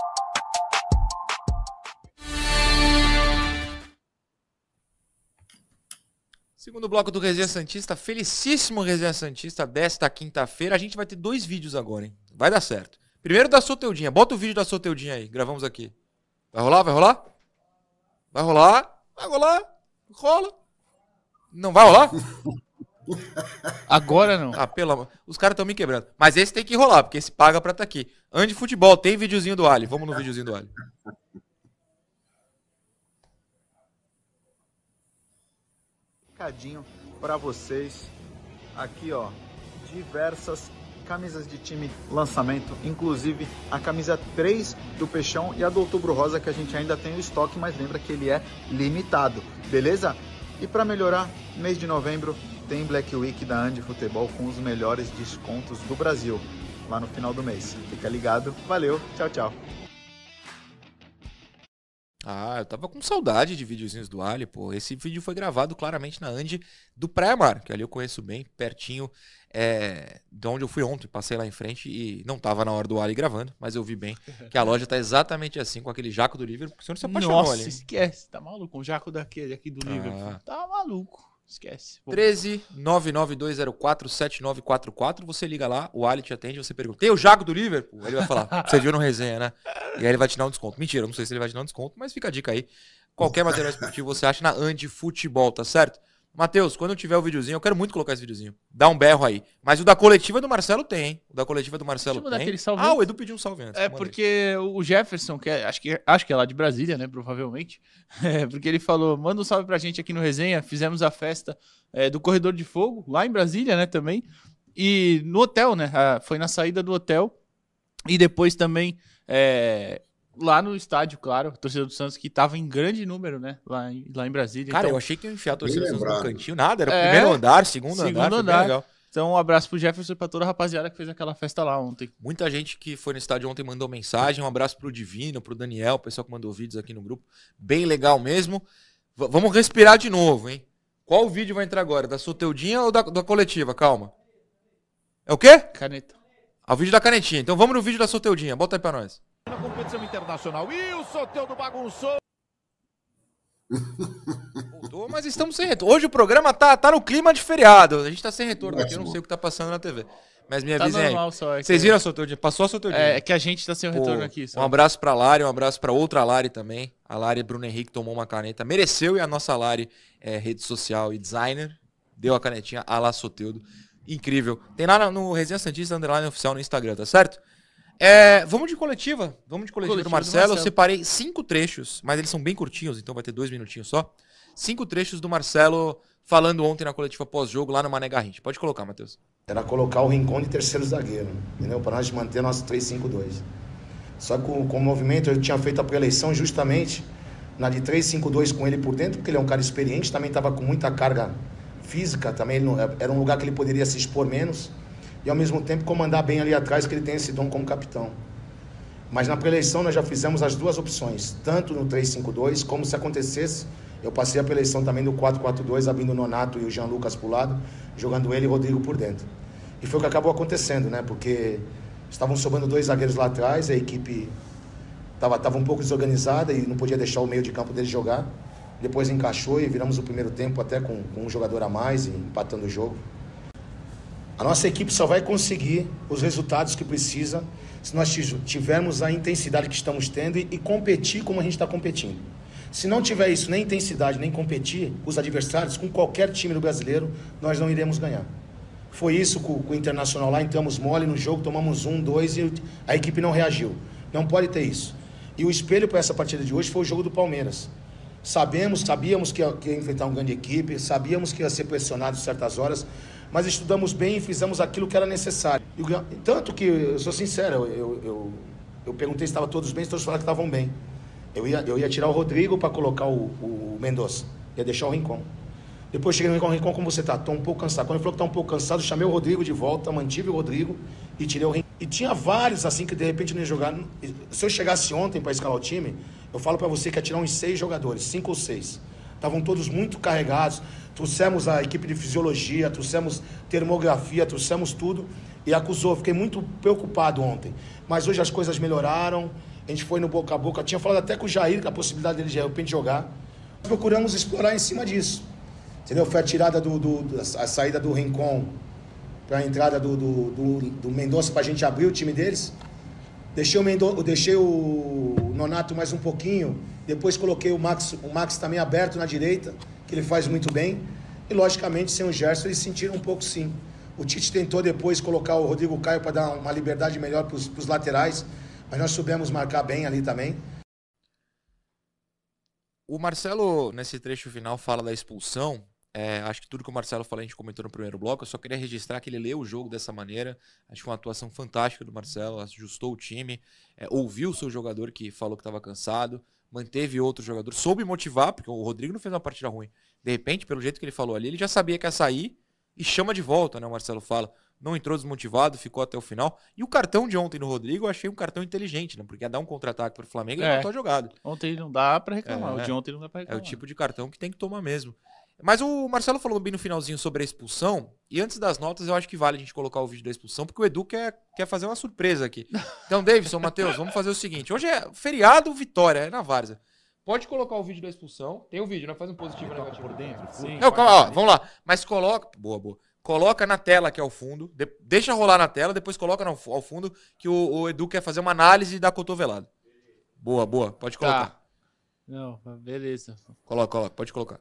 Segundo bloco do Resenha Santista, felicíssimo Resenha Santista desta quinta-feira. A gente vai ter dois vídeos agora, hein? Vai dar certo. Primeiro da Soteudinha. Bota o vídeo da Soteudinha aí. Gravamos aqui. Vai rolar? Vai rolar? Vai rolar? Vai rolar? Rola. Não vai rolar? Agora não. Ah, pelo amor. Os caras estão me quebrando. Mas esse tem que rolar, porque esse paga pra estar tá aqui. Andi Futebol, tem videozinho do Ali. Vamos no videozinho do Ali. Recadinho pra vocês. Aqui, ó. Diversas camisas de time lançamento. Inclusive a camisa três do Peixão e a do Outubro Rosa, que a gente ainda tem o estoque, mas lembra que ele é limitado. Beleza? E para melhorar, mês de novembro tem Black Week da Andi Futebol com os melhores descontos do Brasil, lá no final do mês. Fica ligado, valeu, tchau, tchau. Ah, eu tava com saudade de videozinhos do Ali, pô. Esse vídeo foi gravado claramente na Andi do Praia Mar, que ali eu conheço bem, pertinho é, de onde eu fui ontem. Passei lá em frente e não tava na hora do Ali gravando, mas eu vi bem que a loja tá exatamente assim, com aquele jaco do Liverpool, porque o senhor se apaixonou. Nossa, ali. Esquece, tá maluco? O jaco daquele aqui do Liverpool. Ah. Tá maluco. Esquece. Vou... treze nove nove dois zero quatro sete nove quatro quatro. Você liga lá, o Ali te atende, você pergunta: tem o jaco do Liverpool? Ele vai falar: você viu no resenha, né? E aí ele vai te dar um desconto. Mentira, eu não sei se ele vai te dar um desconto, mas fica a dica aí. Qualquer material esportivo você acha na Andi Futebol, tá certo? Matheus, quando eu tiver o videozinho, eu quero muito colocar esse videozinho. Dá um berro aí. Mas o da coletiva do Marcelo tem, hein? O da coletiva do Marcelo tem. Ah, o Edu pediu um salve antes. É porque o Jefferson, que é, acho, que, acho que é lá de Brasília, né? Provavelmente. É, porque ele falou: manda um salve pra gente aqui no Resenha. Fizemos a festa é, do Corredor de Fogo, lá em Brasília, né? Também. E no hotel, né? Foi na saída do hotel. E depois também. É, lá no estádio, claro, a torcida do Santos, que tava em grande número, né? Lá em, lá em Brasília. Cara, então, eu achei que ia enfiar a torcida do Santos no cantinho, nada. Era o é, primeiro andar, segundo, segundo andar. andar. Legal. Então, um abraço pro Jefferson e pra toda a rapaziada que fez aquela festa lá ontem. Muita gente que foi no estádio ontem mandou mensagem. Um abraço pro Divino, pro Daniel, o pessoal que mandou vídeos aqui no grupo. Bem legal mesmo. V- vamos respirar de novo, hein? Qual vídeo vai entrar agora? Da Soteudinha ou da, da coletiva? Calma. É o quê? Caneta. Ah, o vídeo da canetinha. Então vamos no vídeo da Soteudinha. Bota aí pra nós. Na competição internacional. E o Soteldo bagunçou. Voltou, mas estamos sem retorno. Hoje o programa tá, tá no clima de feriado. A gente tá sem retorno aqui, eu não sei o que tá passando na T V. Mas me Tá avisem normal aí. só. É Vocês que- viram a sua tordinha? Passou a sua tordinha? É, é que a gente tá sem o Pô, retorno aqui. Só. Um abraço pra Lari, um abraço pra outra Lari também. A Lari Bruno Henrique tomou uma caneta. Mereceu, e a nossa Lari é rede social e designer. Deu a canetinha a lá Soteldo. Incrível. Tem lá no Resenha Santista Underline Oficial no Instagram, tá certo? É, vamos de coletiva. Vamos de coletiva, Coletiva do, do Marcelo. Marcelo. Eu separei cinco trechos, mas eles são bem curtinhos, então vai ter dois minutinhos só. Cinco trechos do Marcelo falando ontem na coletiva pós-jogo lá no Mané Garrincha. Pode colocar, Matheus. Era colocar o Rincon de terceiro zagueiro, entendeu? Para nós manter nosso três cinco dois. Só que com, com o movimento eu tinha feito a pré-eleição justamente na de três cinco dois com ele por dentro, porque ele é um cara experiente, também estava com muita carga física, também ele não, era um lugar que ele poderia se expor menos e ao mesmo tempo comandar bem ali atrás, que ele tem esse dom como capitão. Mas na pré-eleição nós já fizemos as duas opções, tanto no três cinco dois, como se acontecesse, eu passei a pré-eleição também no quatro quatro dois, abrindo o Nonato e o Jean Lucas para o lado, jogando ele e o Rodrigo por dentro. E foi o que acabou acontecendo, né? Porque estavam sobrando dois zagueiros lá atrás, a equipe estava tava um pouco desorganizada e não podia deixar o meio de campo dele jogar. Depois encaixou e viramos o primeiro tempo até com, com um jogador a mais e empatando o jogo. A nossa equipe só vai conseguir os resultados que precisa se nós tivermos a intensidade que estamos tendo e, e competir como a gente está competindo. Se não tiver isso, nem intensidade, nem competir, os adversários, com qualquer time do brasileiro, nós não iremos ganhar. Foi isso com, com o Internacional lá, entramos mole no jogo, tomamos um, dois e a equipe não reagiu. Não pode ter isso. E o espelho para essa partida de hoje foi o jogo do Palmeiras. Sabemos, sabíamos que ia, que ia enfrentar uma grande equipe, sabíamos que ia ser pressionado em certas horas, mas estudamos bem e fizemos aquilo que era necessário. E, tanto que, eu sou sincero, eu, eu, eu perguntei se estavam todos bem, todos falaram que estavam bem. Eu ia, eu ia tirar o Rodrigo para colocar o, o Mendonça, ia deixar o Rincon. Depois cheguei no Rincon, Rincon, como você tá? Tô um pouco cansado. Quando ele falou que tá um pouco cansado, chamei o Rodrigo de volta, mantive o Rodrigo e tirei o Rincon. E tinha vários assim que de repente não ia jogar. Se eu chegasse ontem para escalar o time, eu falo para você que ia tirar uns seis jogadores, cinco ou seis. Estavam todos muito carregados. Trouxemos a equipe de fisiologia, trouxemos termografia, trouxemos tudo e acusou. Fiquei muito preocupado ontem. Mas hoje as coisas melhoraram. A gente foi no boca a boca. Tinha falado até com o Jair que a possibilidade dele de repente jogar. Procuramos explorar em cima disso. Entendeu? Foi a tirada do, do a saída do Rincon para a entrada do, do, do, do Mendonça para a gente abrir o time deles. Deixei o, Mendonça, deixei o Nonato mais um pouquinho. Depois coloquei o Max, o Max também aberto na direita, que ele faz muito bem. E logicamente sem o Gerson eles sentiram um pouco sim. O Tite tentou depois colocar o Rodrigo Caio para dar uma liberdade melhor para os laterais. Mas nós soubemos marcar bem ali também. O Marcelo, nesse trecho final, fala da expulsão. É, acho que tudo que o Marcelo falou a gente comentou no primeiro bloco. Eu só queria registrar que ele leu o jogo dessa maneira. Acho que foi uma atuação fantástica do Marcelo. Ajustou o time, é, ouviu o seu jogador que falou que estava cansado, manteve outro jogador, soube motivar, porque o Rodrigo não fez uma partida ruim. De repente, pelo jeito que ele falou ali, ele já sabia que ia sair e chama de volta, né? O Marcelo fala. Não entrou desmotivado, ficou até o final. E o cartão de ontem no Rodrigo eu achei um cartão inteligente, né? Porque ia dar um contra-ataque pro Flamengo e É. matou a jogada. Ontem não dá pra reclamar. É, o de ontem não dá pra É reclamar. o tipo de cartão que tem que tomar mesmo. Mas o Marcelo falou bem no finalzinho sobre a expulsão. E antes das notas, eu acho que vale a gente colocar o vídeo da expulsão, porque o Edu quer, quer fazer uma surpresa aqui. Então, Davidson, Matheus, vamos fazer o seguinte. Hoje é feriado, Vitória, é na Várzea. Pode colocar o vídeo da expulsão. Tem o vídeo, né? Faz um positivo e negativo. Por dentro. Sim. Não, calma, ó, vamos lá. Mas coloca... Boa, boa. Coloca na tela, que é o fundo. De... Deixa rolar na tela, depois coloca no... ao fundo, que o, o Edu quer fazer uma análise da cotovelada. Boa, boa. Pode colocar. Tá. Não, beleza. Coloca, coloca. Pode colocar.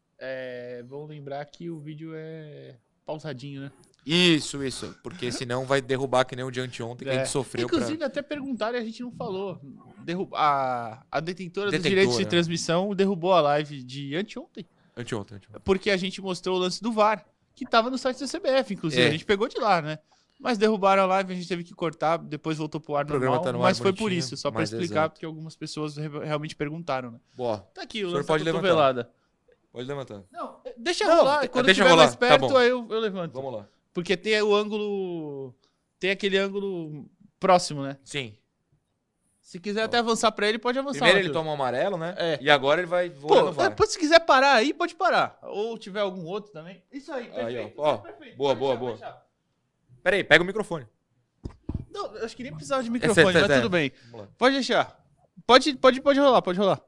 É, vamos lembrar que o vídeo é pausadinho, né? Isso, isso. Porque senão vai derrubar que nem o de anteontem que a É. gente sofreu. Inclusive, pra... até perguntaram e a gente não falou. Derru... A, a detentora, dos Detentora. direitos de transmissão derrubou a live de anteontem. Anteontem, anteontem. Porque a gente mostrou o lance do V A R, que tava no site da C B F, inclusive. É. A gente pegou de lá, né? Mas derrubaram a live, a gente teve que cortar, depois voltou pro ar O programa normal. tá no ar Mas foi por bonitinho, isso, só pra mas explicar, exato. porque algumas pessoas re- realmente perguntaram, né? Boa. Tá aqui o, O senhor lance pode da levantar. cotovellada. Pode levantar. Não, deixa Não, rolar. de- Quando deixa tiver rolar, mais tá perto, bom. aí eu, eu levanto. Vamos lá. Porque tem o ângulo... Tem aquele ângulo próximo, né? Sim. Se quiser até avançar pra ele, pode avançar. Primeiro ele Matheus. toma o amarelo, né? É. E agora ele vai voando Pô, no V A R. depois se quiser parar aí, pode parar. Ou tiver algum outro também. Isso aí, perfeito. Aí, ó. Ó, perfeito. boa, Pode boa, deixar, boa. pode deixar. Pera aí, pega o microfone. Não, eu acho que nem precisava de microfone, certo, mas é. tudo bem. Vamos lá. Pode deixar. Pode, pode, pode rolar, pode rolar.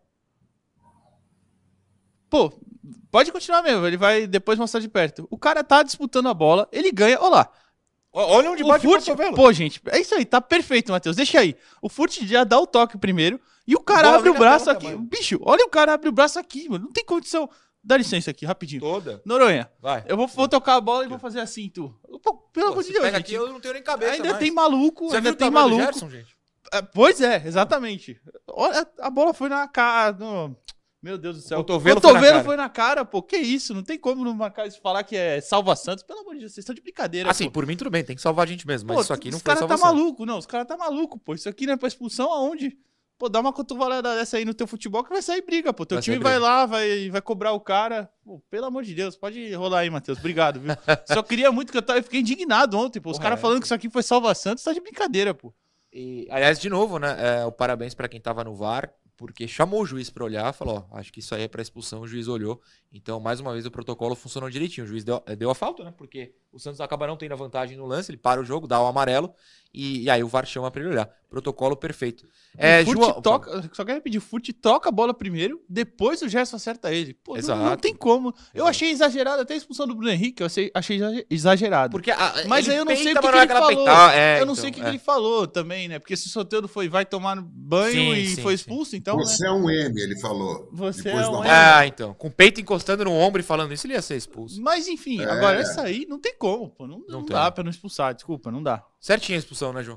Pô, pode continuar mesmo, ele vai depois mostrar de perto. O cara tá disputando a bola, ele ganha, ó lá. Olha onde bate o Furt, cotovelo. Pô, gente, é isso aí, tá perfeito, Matheus. Deixa aí. O Furt já dá o toque primeiro e o cara Bola abre o vem na braço tela, aqui. mano. Bicho, olha o cara abre o braço aqui, mano. Não tem condição. Dá licença aqui, rapidinho. Toda. Noronha, Vai. eu vou, vou tocar a bola e vou fazer assim, tu. Pô, pelo Pô, amor se de Deus, pega gente. aqui, eu não tenho nem cabeça Ainda mais. tem maluco, Você ainda viu o tem tamanho do maluco. Gerson, gente? É, pois é, exatamente. Olha, a bola foi na cara. No... Meu Deus do céu. O cotovelo, cotovelo foi, na cara. foi na cara, pô. Que isso? Não tem como não marcar isso falar que é salva Santos. Pelo amor de Deus, vocês estão de brincadeira. Assim, pô. por mim tudo bem, tem que salvar a gente mesmo. Mas Pô, isso aqui não os foi cara salvação. tá maluco, não. Os caras tá maluco, pô. Isso aqui não é pra expulsão aonde? Pô, dá uma cotovelada dessa aí no teu futebol que vai sair briga, pô. Teu Vai time sair vai briga. lá, vai, vai cobrar o cara. Pô, pelo amor de Deus, pode rolar aí, Matheus. Obrigado, viu? Só queria muito que eu tava. Eu fiquei indignado ontem, pô. Os Porra, caras é. falando que isso aqui foi salva Santos, tá de brincadeira, pô. E, aliás, de novo, né? É, o parabéns pra quem tava no V A R, porque chamou o juiz pra olhar, falou, ó, acho que isso aí é pra expulsão, o juiz olhou. Então, mais uma vez, o protocolo funcionou direitinho. O juiz deu, deu a falta, né? Porque o Santos acaba não tendo a vantagem no lance, ele para o jogo, dá o amarelo, e, e aí o V A R chama pra ele olhar. Protocolo perfeito. É, o Furt João- toca, só quero pedir, o Furt toca a bola primeiro, depois o Gerson acerta ele. Pô, não, Exato. não tem como. Eu Exato. achei exagerado, até a expulsão do Bruno Henrique, eu achei, achei exa- exagerado. Porque a, Mas ele aí eu não sei peita, o que, mas que não é ele aquela falou. peitada. É, eu não então, sei o que, é. que ele falou também, né? Porque se o Soteldo foi, vai tomar banho Sim, e sim, foi sim. expulso, então, né? Você é um M, ele falou. Você depois é do um amarelo. Ah, então. Com o peito encostando no ombro e falando isso, ele ia ser expulso. Mas enfim, É. agora essa aí não tem como, pô. Não, Não não tem. dá pra não expulsar, desculpa, não dá. Certinha a expulsão, né, João?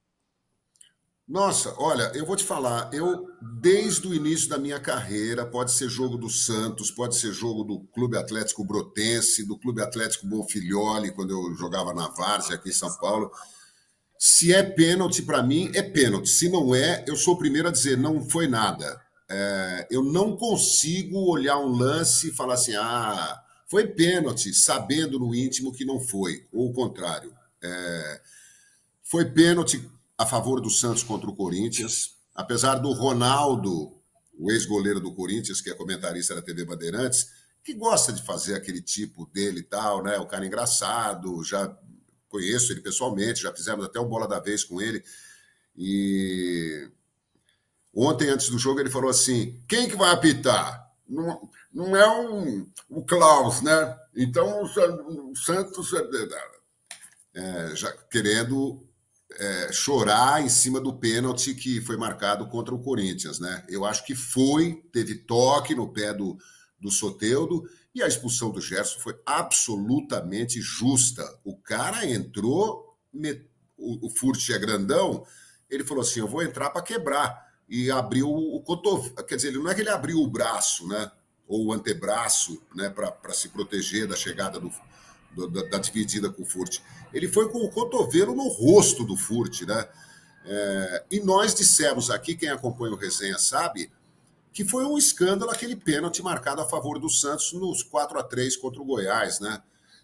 Nossa, olha, eu vou te falar, eu, desde o início da minha carreira, pode ser jogo do Santos, pode ser jogo do Clube Atlético Brotense, do Clube Atlético Bonfilholi, quando eu jogava na Várzea aqui em São Paulo. Se é pênalti para mim, é pênalti. Se não é, eu sou o primeiro a dizer, não foi nada. É, eu não consigo olhar um lance e falar assim, ah, foi pênalti, sabendo no íntimo que não foi, ou o contrário. É, foi pênalti a favor do Santos contra o Corinthians, apesar do Ronaldo, o ex-goleiro do Corinthians, que é comentarista da T V Bandeirantes, que gosta de fazer aquele tipo dele e tal, né? O cara engraçado, já conheço ele pessoalmente, já fizemos até um bola da vez com ele. E ontem, antes do jogo, ele falou assim, quem que vai apitar? Não, não é um, o Klaus, né? Então o Santos é, já querendo é, chorar em cima do pênalti que foi marcado contra o Corinthians, né? Eu acho que foi, teve toque no pé do, do Soteldo e a expulsão do Gerson foi absolutamente justa. O cara entrou, o, o Furt é grandão, ele falou assim, eu vou entrar para quebrar. E abriu o cotovelo, quer dizer, não é que ele abriu o braço, né? Ou o antebraço, né? Para se proteger da chegada do, do, da, da dividida com o Furt. Ele foi com o cotovelo no rosto do Furt, né? É, e nós dissemos aqui, quem acompanha o Resenha sabe, que foi um escândalo aquele pênalti marcado a favor do Santos nos quatro a três contra o Goiás, né?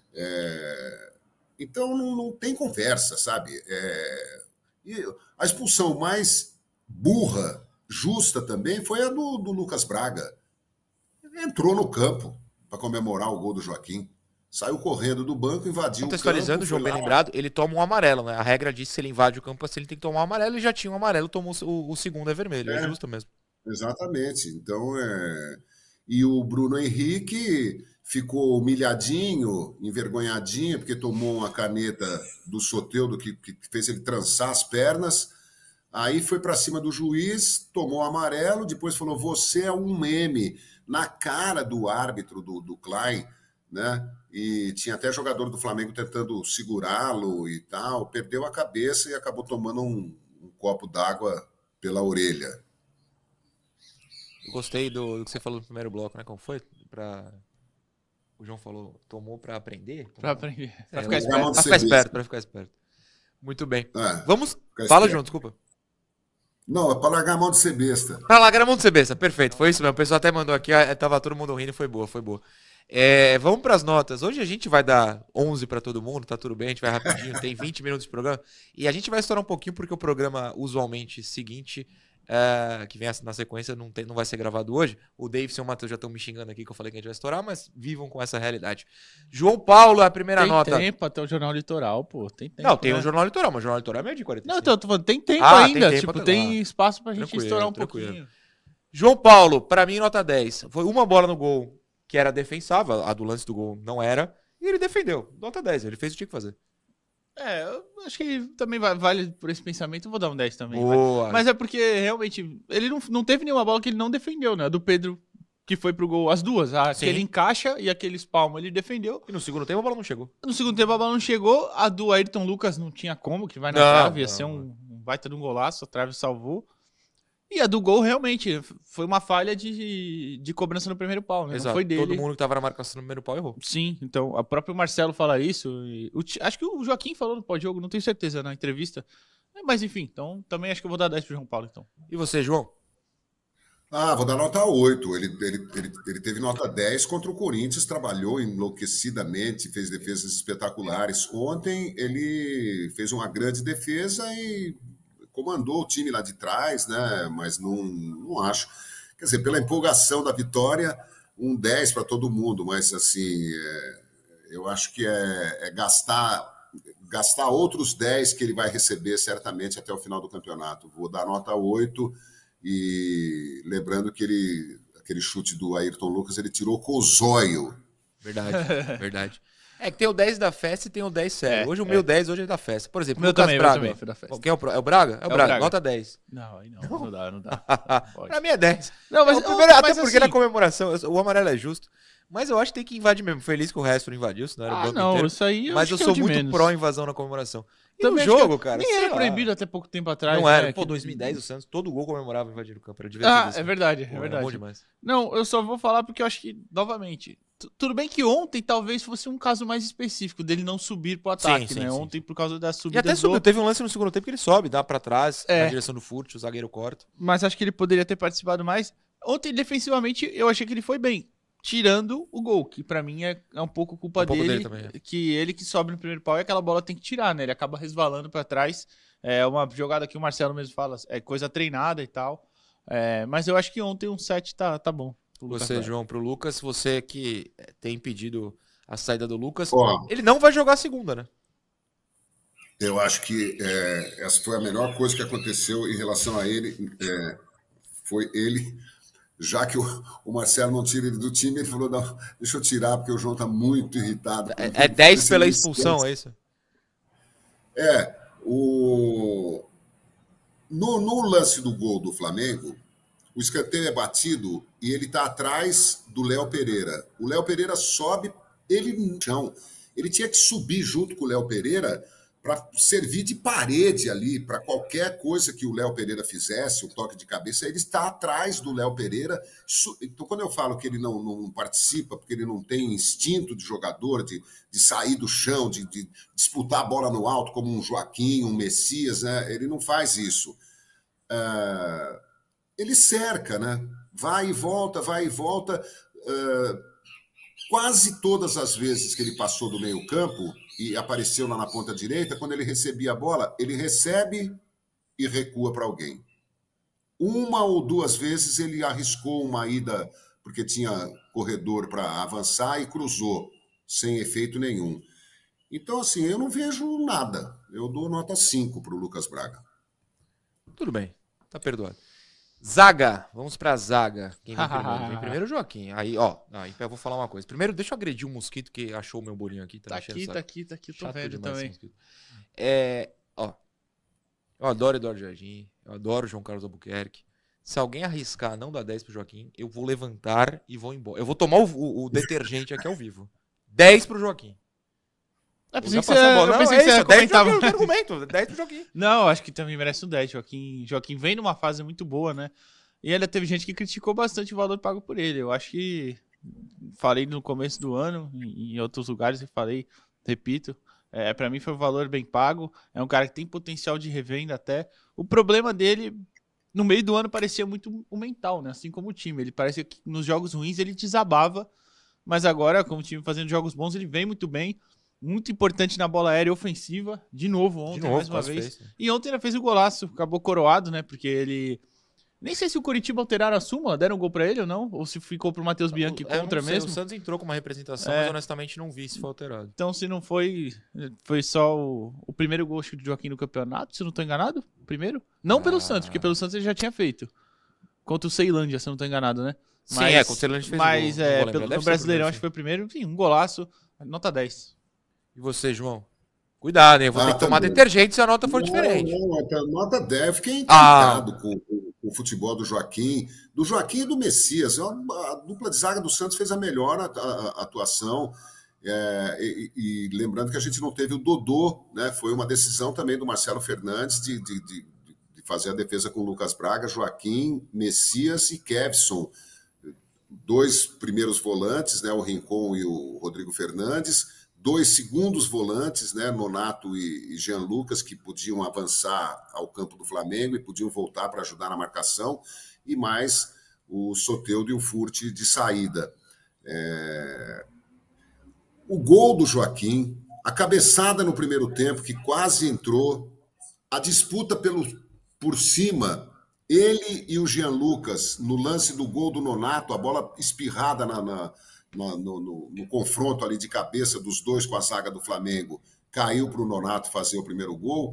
É, então não, não tem conversa, sabe? É, e a expulsão mais burra, justa também, foi a do, do Lucas Braga. Ele entrou no campo para comemorar o gol do Joaquim. Saiu correndo do banco, invadiu o campo. Contextualizando, João, bem lá. lembrado, ele toma um amarelo, né? A regra diz que se ele invade o campo assim, ele tem que tomar um amarelo, ele já tinha um amarelo, tomou o, o segundo é vermelho, é, É. é justo mesmo. Exatamente. Então, é... E o Bruno Henrique ficou humilhadinho, envergonhadinho, porque tomou uma caneta do Soteldo que, que fez ele trançar as pernas. Aí foi para cima do juiz, tomou amarelo, depois falou, você é um meme, na cara do árbitro, do, do Klein, né? E tinha até jogador do Flamengo tentando segurá-lo e tal, perdeu a cabeça e acabou tomando um, um copo d'água pela orelha. Eu gostei do, do que você falou no primeiro bloco, né? Como foi? Pra... O João falou, tomou pra aprender? Pra aprender. Pra É, ficar eu- esperto. Pra ficar esperto, pra ficar esperto. Muito bem. É, Vamos... ficar Fala, esperto. João, desculpa. Não, é para largar a mão de ser besta. Pra largar a mão de ser besta, perfeito, foi isso mesmo. O pessoal até mandou aqui, ah, tava todo mundo rindo, foi boa, foi boa. É, vamos pras notas. Hoje a gente vai dar onze pra todo mundo, tá tudo bem, a gente vai rapidinho, tem vinte minutos de programa. E a gente vai estourar um pouquinho porque o programa usualmente seguinte, é, que vem na sequência, não, tem, não vai ser gravado hoje. O Davidson e o Matheus já estão me xingando aqui que eu falei que a gente vai estourar, mas vivam com essa realidade. João Paulo, a primeira Tem nota. tempo até o Jornal Litoral, pô. Tem tempo. Não, tem né? o Jornal Litoral, mas o Jornal Litoral é meio de quarenta e Não, cinco. então, eu tô falando, tem tempo Ah, tem ainda. tempo tipo, até tem lá. espaço pra gente Tranquilo, estourar um tranquilo. pouquinho. João Paulo, pra mim, nota dez. Foi uma bola no gol que era defensável, a do lance do gol não era, e ele defendeu. Nota dez, ele fez o que tinha que fazer. É, eu acho que também vale por esse pensamento, eu vou dar um dez também. Boa. Mas, mas é porque, realmente, ele não, não teve nenhuma bola que ele não defendeu, né? A do Pedro, que foi pro gol, as duas. A que ele encaixa e aquele espalmo ele defendeu. E no segundo tempo a bola não chegou. No segundo tempo a bola não chegou. A do Ayrton Lucas não tinha como, que vai na não, trave, ia não, ser um, um baita de um golaço, a trave salvou. E a do gol, realmente, foi uma falha de, de cobrança no primeiro pau, né? Exato. Não foi dele. Todo mundo que tava na marcação no primeiro pau errou. Sim, então, o próprio Marcelo fala isso. E o, acho que o Joaquim falou no pós-jogo, não tenho certeza, na entrevista. Mas, enfim, então, também acho que eu vou dar dez pro João Paulo, então. E você, João? Ah, vou dar nota oito. Ele, ele, ele, ele teve nota dez contra o Corinthians, trabalhou enlouquecidamente, fez defesas espetaculares. Ontem ele fez uma grande defesa e comandou o time lá de trás, né? Mas não, não acho. Quer dizer, pela empolgação da vitória, um dez para todo mundo, mas assim, é, eu acho que é, é gastar, gastar outros dez que ele vai receber certamente até o final do campeonato. Vou dar nota oito e lembrando que ele, aquele chute do Ayrton Lucas, ele tirou com o zóio. Verdade, verdade. É que tem o dez da festa e tem o dez sério. É, hoje o é. meu dez hoje é da festa. Por exemplo, o meu Lucas também, Braga. meu também foi da festa. Quem é, o, é o Braga? É o, é o Braga. Braga. Nota dez. Não, aí não, não, não dá, não dá. Pra mim é dez. Não, mas, não, primeiro, mas até assim, porque na comemoração, o amarelo é justo. Mas eu acho que tem que invadir mesmo. Feliz que o resto não invadiu, senão era o ah, banco não, inteiro. isso aí eu Mas acho eu que é sou o de muito menos. pró-invasão na comemoração. E Também no acho jogo, que cara. nem era lá. proibido até pouco tempo atrás. Não era. Né? Pô, Que- dois mil e dez, o Santos, todo gol comemorava invadir o campo. Era divertido. Ah, assim. é verdade, Pô, é era verdade. bom demais. Não, eu só vou falar porque eu acho que, novamente, tu- tudo bem que ontem talvez fosse um caso mais específico dele não subir pro ataque, Sim, sim, né? sim, Ontem, por causa da E subida até do... subiu. Teve um lance no segundo tempo que ele sobe, dá pra trás, É. na direção do Furt, o zagueiro corta. Mas acho que ele poderia ter participado mais. Ontem, defensivamente, eu achei que ele foi bem. Tirando o gol, que pra mim é, é um pouco culpa É um pouco dele, dele também, é. que ele que sobe no primeiro pau e aquela bola tem que tirar, né? Ele acaba resvalando pra trás. É uma jogada que o Marcelo mesmo fala, é coisa treinada e tal. É, mas eu acho que ontem um sete tá, tá bom. pro Lucas Você, Braga. João, pro Lucas, você que tem pedido a saída do Lucas, Ó. ele não vai jogar a segunda, né? Eu acho que é, essa foi a melhor coisa que aconteceu em relação a ele. É, foi ele, já que o, o Marcelo não tira ele do time, ele falou, não, deixa eu tirar, porque o João está muito irritado. É, é dez pela expulsão, é isso? É, o... no, no lance do gol do Flamengo, o escanteio é batido e ele está atrás do Léo Pereira. O Léo Pereira sobe, ele no chão. Ele tinha que subir junto com o Léo Pereira para servir de parede ali, para qualquer coisa que o Léo Pereira fizesse, um toque de cabeça, ele está atrás do Léo Pereira. Então, quando eu falo que ele não, não participa, porque ele não tem instinto de jogador, de, de sair do chão, de, de disputar a bola no alto, como um Joaquim, um Messias, né? Ele não faz isso. Uh, ele cerca, né? Vai e volta, vai e volta. Uh, quase todas as vezes que ele passou do meio campo e apareceu lá na ponta direita, quando ele recebia a bola, ele recebe e recua para alguém. Uma ou duas vezes ele arriscou uma ida, porque tinha corredor para avançar e cruzou, sem efeito nenhum. Então, assim, eu não vejo nada. Eu dou nota cinco para o Lucas Braga. Tudo bem, tá perdoado. Zaga, vamos pra zaga. Quem vem primeiro? Vem primeiro o Joaquim. Aí, ó, aí eu vou falar uma coisa. Primeiro, deixa eu agredir um mosquito que achou o meu bolinho aqui. Tá, Tá aqui, tá aqui, tá aqui, tô Chato vendo demais esse também. mosquito. É, ó, eu adoro Eduardo Jardim, eu adoro João Carlos Albuquerque. Se alguém arriscar não dar dez pro Joaquim, eu vou levantar e vou embora. Eu vou tomar o, o, o detergente aqui ao vivo. dez pro Joaquim. Eu pensei Já que você, passou a bola. eu Não, pensei é que você isso, ia dez pro comentar. Joaquim, eu argumento, dez pro Joaquim. Não, acho que também merece um dez. Joaquim, Joaquim vem numa fase muito boa, né? E ainda teve gente que criticou bastante o valor pago por ele. Eu acho que falei no começo do ano, em em outros lugares, e falei, repito, é, para mim foi um valor bem pago. É um cara que tem potencial de revenda até. O problema dele, no meio do ano, parecia muito o mental, né? Assim como o time. Ele parecia que nos jogos ruins ele desabava, mas agora, com o time fazendo jogos bons, ele vem muito bem. Muito importante na bola aérea ofensiva. De novo ontem, De novo, mais uma quase vez. fez, né? E ontem ele fez o golaço, acabou coroado, né? Porque ele... Nem sei se o Coritiba alteraram a súmula, deram um gol pra ele ou não, ou se ficou pro Matheus Bianchi Eu não contra sei, mesmo. O Santos entrou com uma representação, É. mas honestamente não vi se foi alterado. Então, se não foi, foi só o, o primeiro gol acho que, do Joaquim no campeonato, se eu não tô enganado, primeiro? Não Ah. pelo Santos, porque pelo Santos ele já tinha feito. Contra o Ceilândia, se eu não tô enganado, né? Sim, é, contra o Ceilândia fez o Mas gol, não é, vou lembrar. pelo, Deve no ser o Brasileirão primeiro, acho que foi o primeiro, enfim, um golaço, nota dez. E você, João? Cuidado, hein? Eu vou Ah, ter que tomar também. detergente se a nota for Não, diferente. não, nota dez. Fiquei Ah. encantado com, com- com o futebol do Joaquim, do Joaquim e do Messias. A, a dupla de zaga do Santos fez a melhor a- a- atuação. É, e, e lembrando que a gente não teve o Dodô, né? Foi uma decisão também do Marcelo Fernandes de, de- de- de fazer a defesa com o Lucas Braga, Joaquim, Messias e Kevson. Dois primeiros volantes, né? O Rincon e o Rodrigo Fernandes. Dois segundos volantes, né? Nonato e, e Jean Lucas, que podiam avançar ao campo do Flamengo e podiam voltar para ajudar na marcação. E mais o Soteldo e o Furt de saída. É, O gol do Joaquim, a cabeçada no primeiro tempo, que quase entrou, a disputa pelo, por cima, ele e o Jean Lucas, no lance do gol do Nonato, a bola espirrada na, na- na- no, no- no confronto ali de cabeça dos dois com a zaga do Flamengo, caiu para o Nonato fazer o primeiro gol.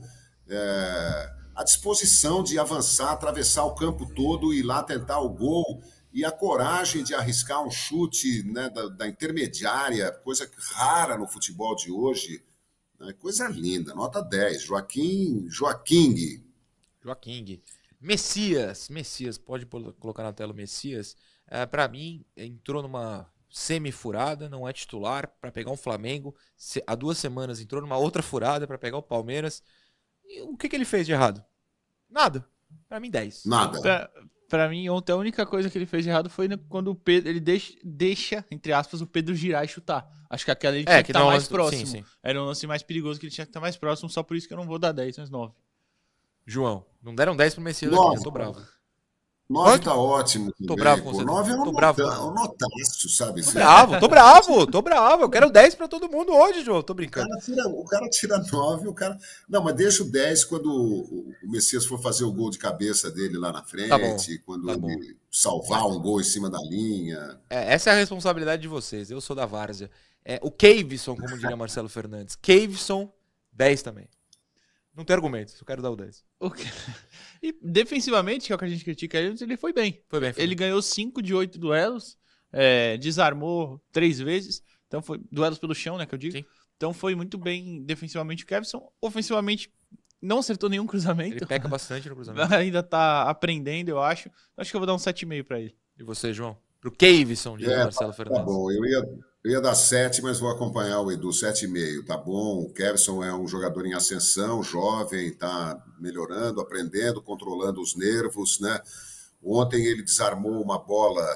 É, a disposição de avançar, atravessar o campo todo e ir lá tentar o gol, e a coragem de arriscar um chute, né, da, da intermediária, coisa rara no futebol de hoje, né, coisa linda, nota dez. Joaquim, Joaquim. Joaquim. Messias. Messias, pode pôr- colocar na tela o Messias. É, para mim, entrou numa semi-furada, não é titular, para pegar um Flamengo. Se- há duas semanas entrou numa outra furada para pegar o Palmeiras. E o que, que ele fez de errado? Nada. Para mim, dez. Nada. Pra, pra mim, ontem, a única coisa que ele fez de errado foi no- quando o Pedro, ele deixa, deixa, entre aspas, o Pedro girar e chutar. Acho que aquela ele É, tinha que que estar não é um mais lance- próximo. sim, sim. Era um lance mais perigoso que ele tinha que estar mais próximo, só por isso que eu não vou dar dez, mas nove. João, não deram dez pro Messias aqui, Nove. já tô bravo. Nove Quanto? tá ótimo. Tô também, bravo com pô. você. Nove é um, Tô bravo nota, com- um notaço, sabe? Tô Assim, bravo, tô bravo, tô bravo. Eu quero dez pra todo mundo hoje, João. Tô O brincando. cara, tira, o cara tira nove, o cara. Não, mas deixa o dez quando o o Messias for fazer o gol de cabeça dele lá na frente, Tá bom, quando tá ele bom. salvar um gol em cima da linha. É, essa é a responsabilidade de vocês. Eu sou da várzea. É, o Caveson, como diria Marcelo Fernandes. Caveson, dez também. Não tem argumento, só quero dar o dez. O que- E defensivamente, que é o que a gente critica ele, ele foi bem. Foi bem, foi Ele bem. ganhou cinco de oito duelos, é, desarmou três vezes. Então foi duelos pelo chão, né, que eu digo. Sim. Então foi muito bem defensivamente o Kevson. Ofensivamente, não acertou nenhum cruzamento. Ele peca bastante no cruzamento. Ainda tá aprendendo, eu acho. Acho que eu vou dar um sete vírgula cinco pra ele. E você, João? Pro Caveson, diria É, Marcelo Tá Fernandes. bom, eu ia, eu ia dar sete, mas vou acompanhar o Edu, sete e meio, tá bom? O Kevson é um jogador em ascensão, jovem, tá melhorando, aprendendo, controlando os nervos, né? Ontem ele desarmou uma bola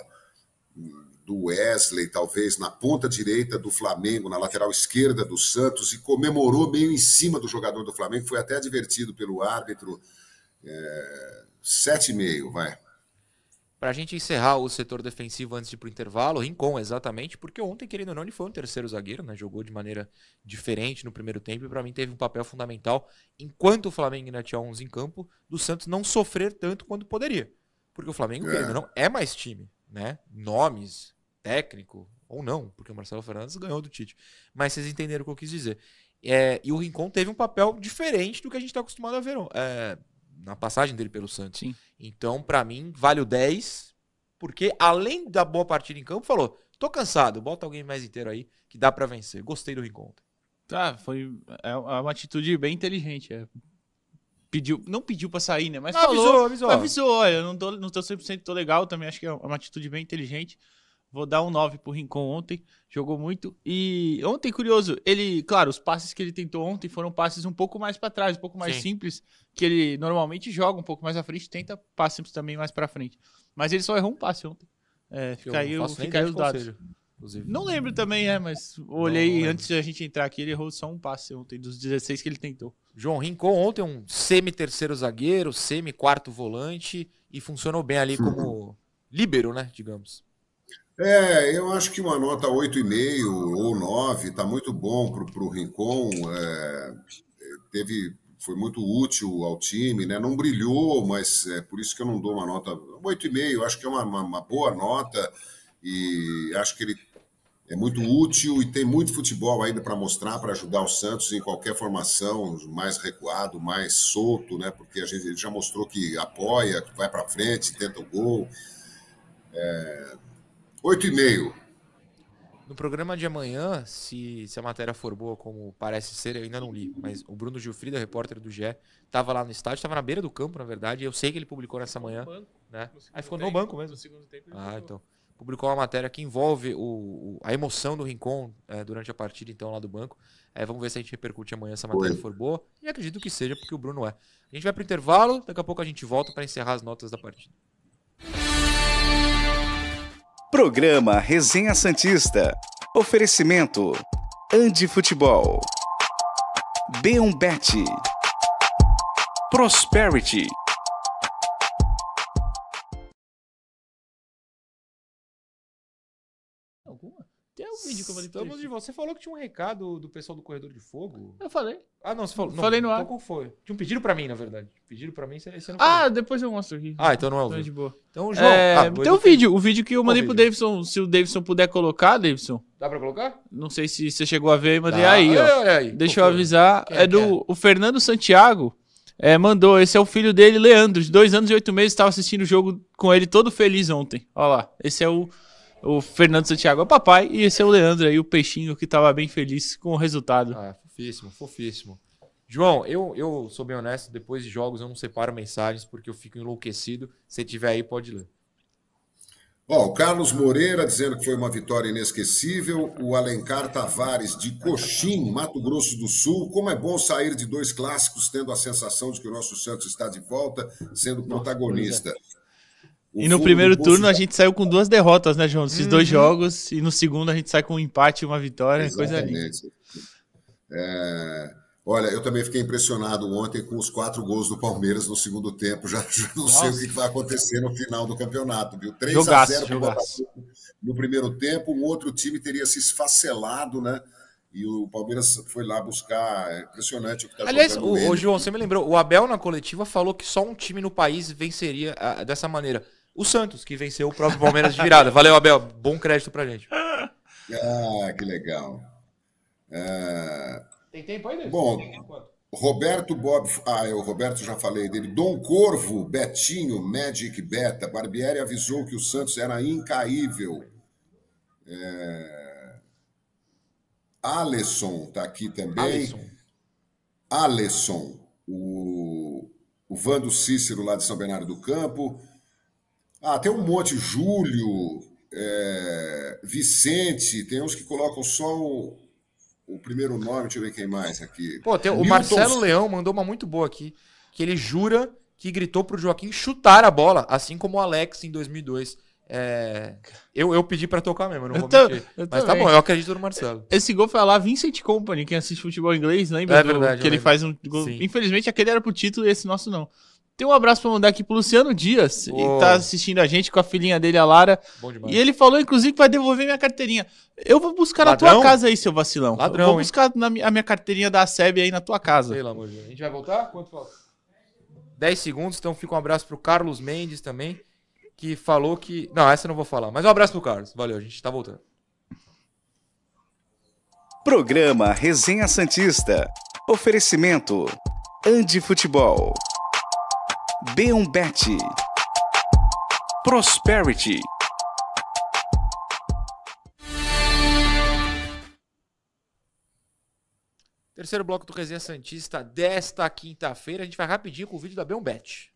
do Wesley, talvez, na ponta direita do Flamengo, na lateral esquerda do Santos, e comemorou meio em cima do jogador do Flamengo, foi até advertido pelo árbitro. É, sete e meio, vai. Pra gente encerrar o setor defensivo antes de ir pro intervalo, Rincon, exatamente, porque ontem, querendo ou não, ele foi um terceiro zagueiro, né? Jogou de maneira diferente no primeiro tempo e pra mim teve um papel fundamental, enquanto o Flamengo ainda tinha onze em campo, do Santos não sofrer tanto quanto poderia. Porque o Flamengo, É. querendo ou não, é mais time, né? Nomes, técnico, ou não, porque o Marcelo Fernandes ganhou do Tite. Mas vocês entenderam o que eu quis dizer. É, e o Rincon teve um papel diferente do que a gente tá acostumado a ver é, na passagem dele pelo Santos. Sim. Então, pra mim, vale o dez, porque além da boa partida em campo, falou, tô cansado, bota alguém mais inteiro aí, que dá pra vencer. Gostei do Rincon. Tá, foi é uma atitude bem inteligente. é. Pediu, não pediu pra sair, né? Mas Não, falou, avisou, avisou. avisou, olha, eu não tô, não tô cem por cento tô legal, também acho que é uma atitude bem inteligente. Vou dar um nove pro Rincon ontem, jogou muito. E ontem, curioso, ele, claro, os passes que ele tentou ontem foram passes um pouco mais pra trás, um pouco mais Sim. simples, que ele normalmente joga um pouco mais à frente, tenta passes também mais pra frente. Mas ele só errou um passe ontem. É, Eu fica aí, não o- faço nem fica aí ideia os de qual dados. seja, inclusive. Não lembro também, é, mas olhei não lembro. antes da gente entrar aqui, ele errou só um passe ontem, dos dezesseis que ele tentou. João Rincon ontem um semi-terceiro zagueiro, semi-quarto volante, e funcionou bem ali como líbero, né, digamos. É, eu acho que uma nota oito e meio ou nove está muito bom para o Rincon. É, teve, foi muito útil ao time, né? Não brilhou, mas é por isso que eu não dou uma nota oito e meio. Acho que é uma, uma, uma boa nota e acho que ele é muito útil e tem muito futebol ainda para mostrar, para ajudar o Santos em qualquer formação, mais recuado, mais solto, né? Porque a gente ele já mostrou que apoia, que vai para frente, tenta o gol. É, oito e meio. No programa de amanhã, se, se a matéria for boa, como parece ser, eu ainda não li, mas o Bruno Gilfrida, repórter do G E, estava lá no estádio, estava na beira do campo, na verdade, e eu sei que ele publicou nessa manhã. Banco, né? Aí ficou tempo, no banco mesmo. No segundo tempo, ah, então. Publicou uma matéria que envolve o, o, a emoção do Rincon é, durante a partida, então, lá do banco. É, vamos ver se a gente repercute amanhã se a matéria Oi. for boa. E acredito que seja, porque o Bruno é. A gente vai pro intervalo, daqui a pouco a gente volta para encerrar as notas da partida. Programa Resenha Santista. Oferecimento Andi Futebol, B um Bet, Prosperity. Alguma? Tem um vídeo que eu falei pra Estamos de você falou que tinha um recado do pessoal do Corredor de Fogo. Eu falei. Ah, não, você falou. Não, falei no ar. Então qual foi? Tinha um pedido pra mim, na verdade. Pediram pra mim, você não Ah, falou. depois eu mostro aqui. Ah, então não é o Então é vídeo. de boa. Então, João. É, ah, tem o vídeo, o vídeo que eu mandei pro Davidson. Se o Davidson puder colocar, Davidson. Dá pra colocar? Não sei se você chegou a ver e mandei Tá. aí, ó. Olha, olha aí. Deixa eu avisar. Quem é é do que é? o Fernando Santiago. É, mandou. Esse é o filho dele, Leandro, de dois anos e oito meses. Estava assistindo o jogo com ele todo feliz ontem. Olha lá. Esse é o, o Fernando Santiago, é o papai. E esse é o Leandro aí, o peixinho, que estava bem feliz com o resultado. Ah, fofíssimo, fofíssimo. João, eu, eu sou bem honesto. Depois de jogos eu não separo mensagens porque eu fico enlouquecido. Se tiver aí, pode ler. Ó, o Carlos Moreira dizendo que foi uma vitória inesquecível. O Alencar Tavares, de Coxim, Mato Grosso do Sul. Como é bom sair de dois clássicos tendo a sensação de que o nosso Santos está de volta, sendo protagonista. E no primeiro turno a gente saiu com duas derrotas, né, João? Esses uhum. dois jogos. E no segundo a gente sai com um empate e uma vitória. Exatamente. Coisa linda. É... Olha, eu também fiquei impressionado ontem com os quatro gols do Palmeiras no segundo tempo. Já, já não Nossa. sei o que vai acontecer no final do campeonato, viu? três a zero pro Botafogo no primeiro tempo. Um outro time teria se esfacelado, né? E o Palmeiras foi lá buscar. É impressionante o que está Aliás, o, o João, você me lembrou. O Abel, na coletiva, falou que só um time no país venceria uh, dessa maneira. O Santos, que venceu o próprio Palmeiras de virada. Valeu, Abel. Bom crédito pra gente. Ah, que legal. É... Tem tempo aí, David? Bom, Roberto Bob... Ah, eu, Roberto, já falei dele. Dom Corvo, Betinho, Magic Beta. Barbieri avisou que o Santos era incaível. É... Alisson está aqui também. Alisson. Alisson. O... o Vando Cícero, lá de São Bernardo do Campo. Ah, tem um monte. Júlio, é... Vicente. Tem uns que colocam só o... O primeiro nome, deixa eu ver quem mais aqui. Pô, tem, o Marcelo Leão mandou uma muito boa aqui, que ele jura que gritou pro Joaquim chutar a bola, assim como o Alex em dois mil e dois. É... Eu, eu pedi pra tocar mesmo, eu não eu vou tô, mentir. Mas também. Tá bom, eu acredito no Marcelo. Esse gol foi lá, Vincent Company, quem assiste futebol inglês, lembra? É do, verdade. Que ele faz um gol. Sim. Infelizmente, aquele era pro título e esse nosso não. Tem um abraço pra mandar aqui pro Luciano Dias, oh. que tá assistindo a gente com a filhinha dele, a Lara. Bom demais. E ele falou, inclusive, que vai devolver minha carteirinha. Eu vou buscar Ladrão? na tua casa aí, seu vacilão. Ladrão, eu vou buscar na, a minha carteirinha da S E B aí na tua casa. Pelo amor de Deus. A gente vai voltar? Quanto falta? dez segundos, então fica um abraço pro Carlos Mendes também, que falou que... Não, essa eu não vou falar, mas um abraço pro Carlos. Valeu, a gente tá voltando. Programa Resenha Santista. Oferecimento Andi Futebol, B um Bet, Prosperity. Terceiro bloco do Resenha Santista desta quinta-feira. A gente vai rapidinho com o vídeo da B um Bet.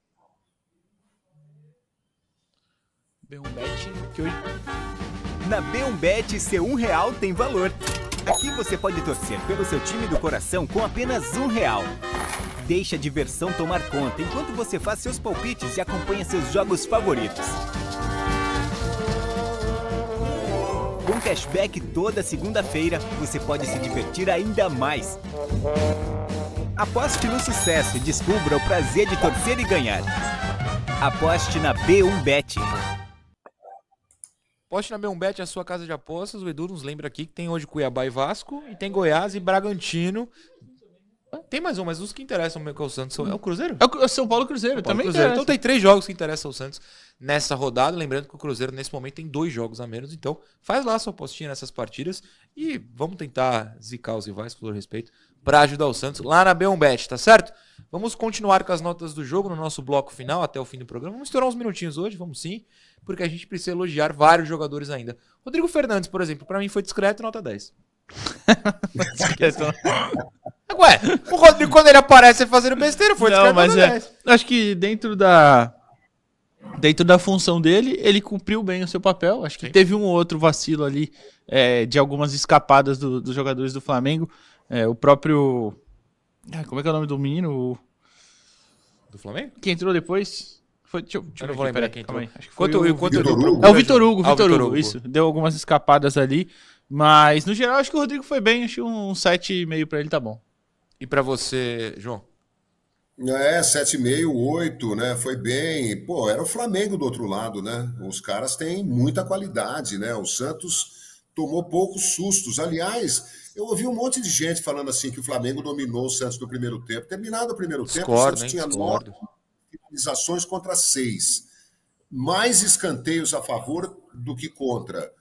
B um Bet, que hoje... Na B um Bet, seu um real tem valor. Aqui você pode torcer pelo seu time do coração com apenas um real. Deixe a diversão tomar conta enquanto você faz seus palpites e acompanha seus jogos favoritos. Com cashback toda segunda-feira, você pode se divertir ainda mais. Aposte no sucesso e descubra o prazer de torcer e ganhar. Aposte na B um Bet. Aposte na B um Bet, a sua casa de apostas. O Edu nos lembra aqui que tem hoje Cuiabá e Vasco, e tem Goiás e Bragantino. Tem mais um, mas os que interessam mesmo que é o Santos são- é o Cruzeiro? É o São Paulo e Cruzeiro, São Paulo também Cruzeiro. interessa. Então tem três jogos que interessam ao Santos nessa rodada. Lembrando que o Cruzeiro nesse momento tem dois jogos a menos. Então faz lá a sua postinha nessas partidas e vamos tentar zicar os rivais, com todo respeito, para ajudar o Santos lá na B um Bet, tá certo? Vamos continuar com as notas do jogo no nosso bloco final até o fim do programa. Vamos estourar uns minutinhos hoje, vamos sim, porque a gente precisa elogiar vários jogadores ainda. Rodrigo Fernandes, por exemplo, para mim foi discreto, nota dez. Ué, o Rodrigo, quando ele aparece fazendo besteira, foi Não, mas é, dez. acho que dentro da dentro da função dele, ele cumpriu bem o seu papel. Acho que Sim. teve um ou outro vacilo ali é, de algumas escapadas do- dos jogadores do Flamengo. É, o próprio... Ah, como é que é o nome do menino? O- Do Flamengo? Que entrou depois? Foi, deixa eu, deixa Eu não ver vou aqui, lembrar peraí, quem calma entrou. aí. Acho que foi Quanto, o... quanto Vitor eu Hugo? É o procuro, Vitor Hugo, Ah, o Vitor Vitor Hugo, isso. Deu algumas escapadas ali. Mas, no geral, acho que o Rodrigo foi bem. Acho que um sete e meio pra ele tá bom. E pra você, João? É, sete e meio, oito, né? Foi bem. Pô, era o Flamengo do outro lado, né? Os caras têm muita qualidade, né? O Santos tomou poucos sustos. Aliás, eu ouvi um monte de gente falando assim que o Flamengo dominou o Santos no primeiro tempo. Terminado o primeiro tempo, o Discordo, Santos hein? tinha Discordo. nove finalizações contra seis. Mais escanteios a favor do que contra.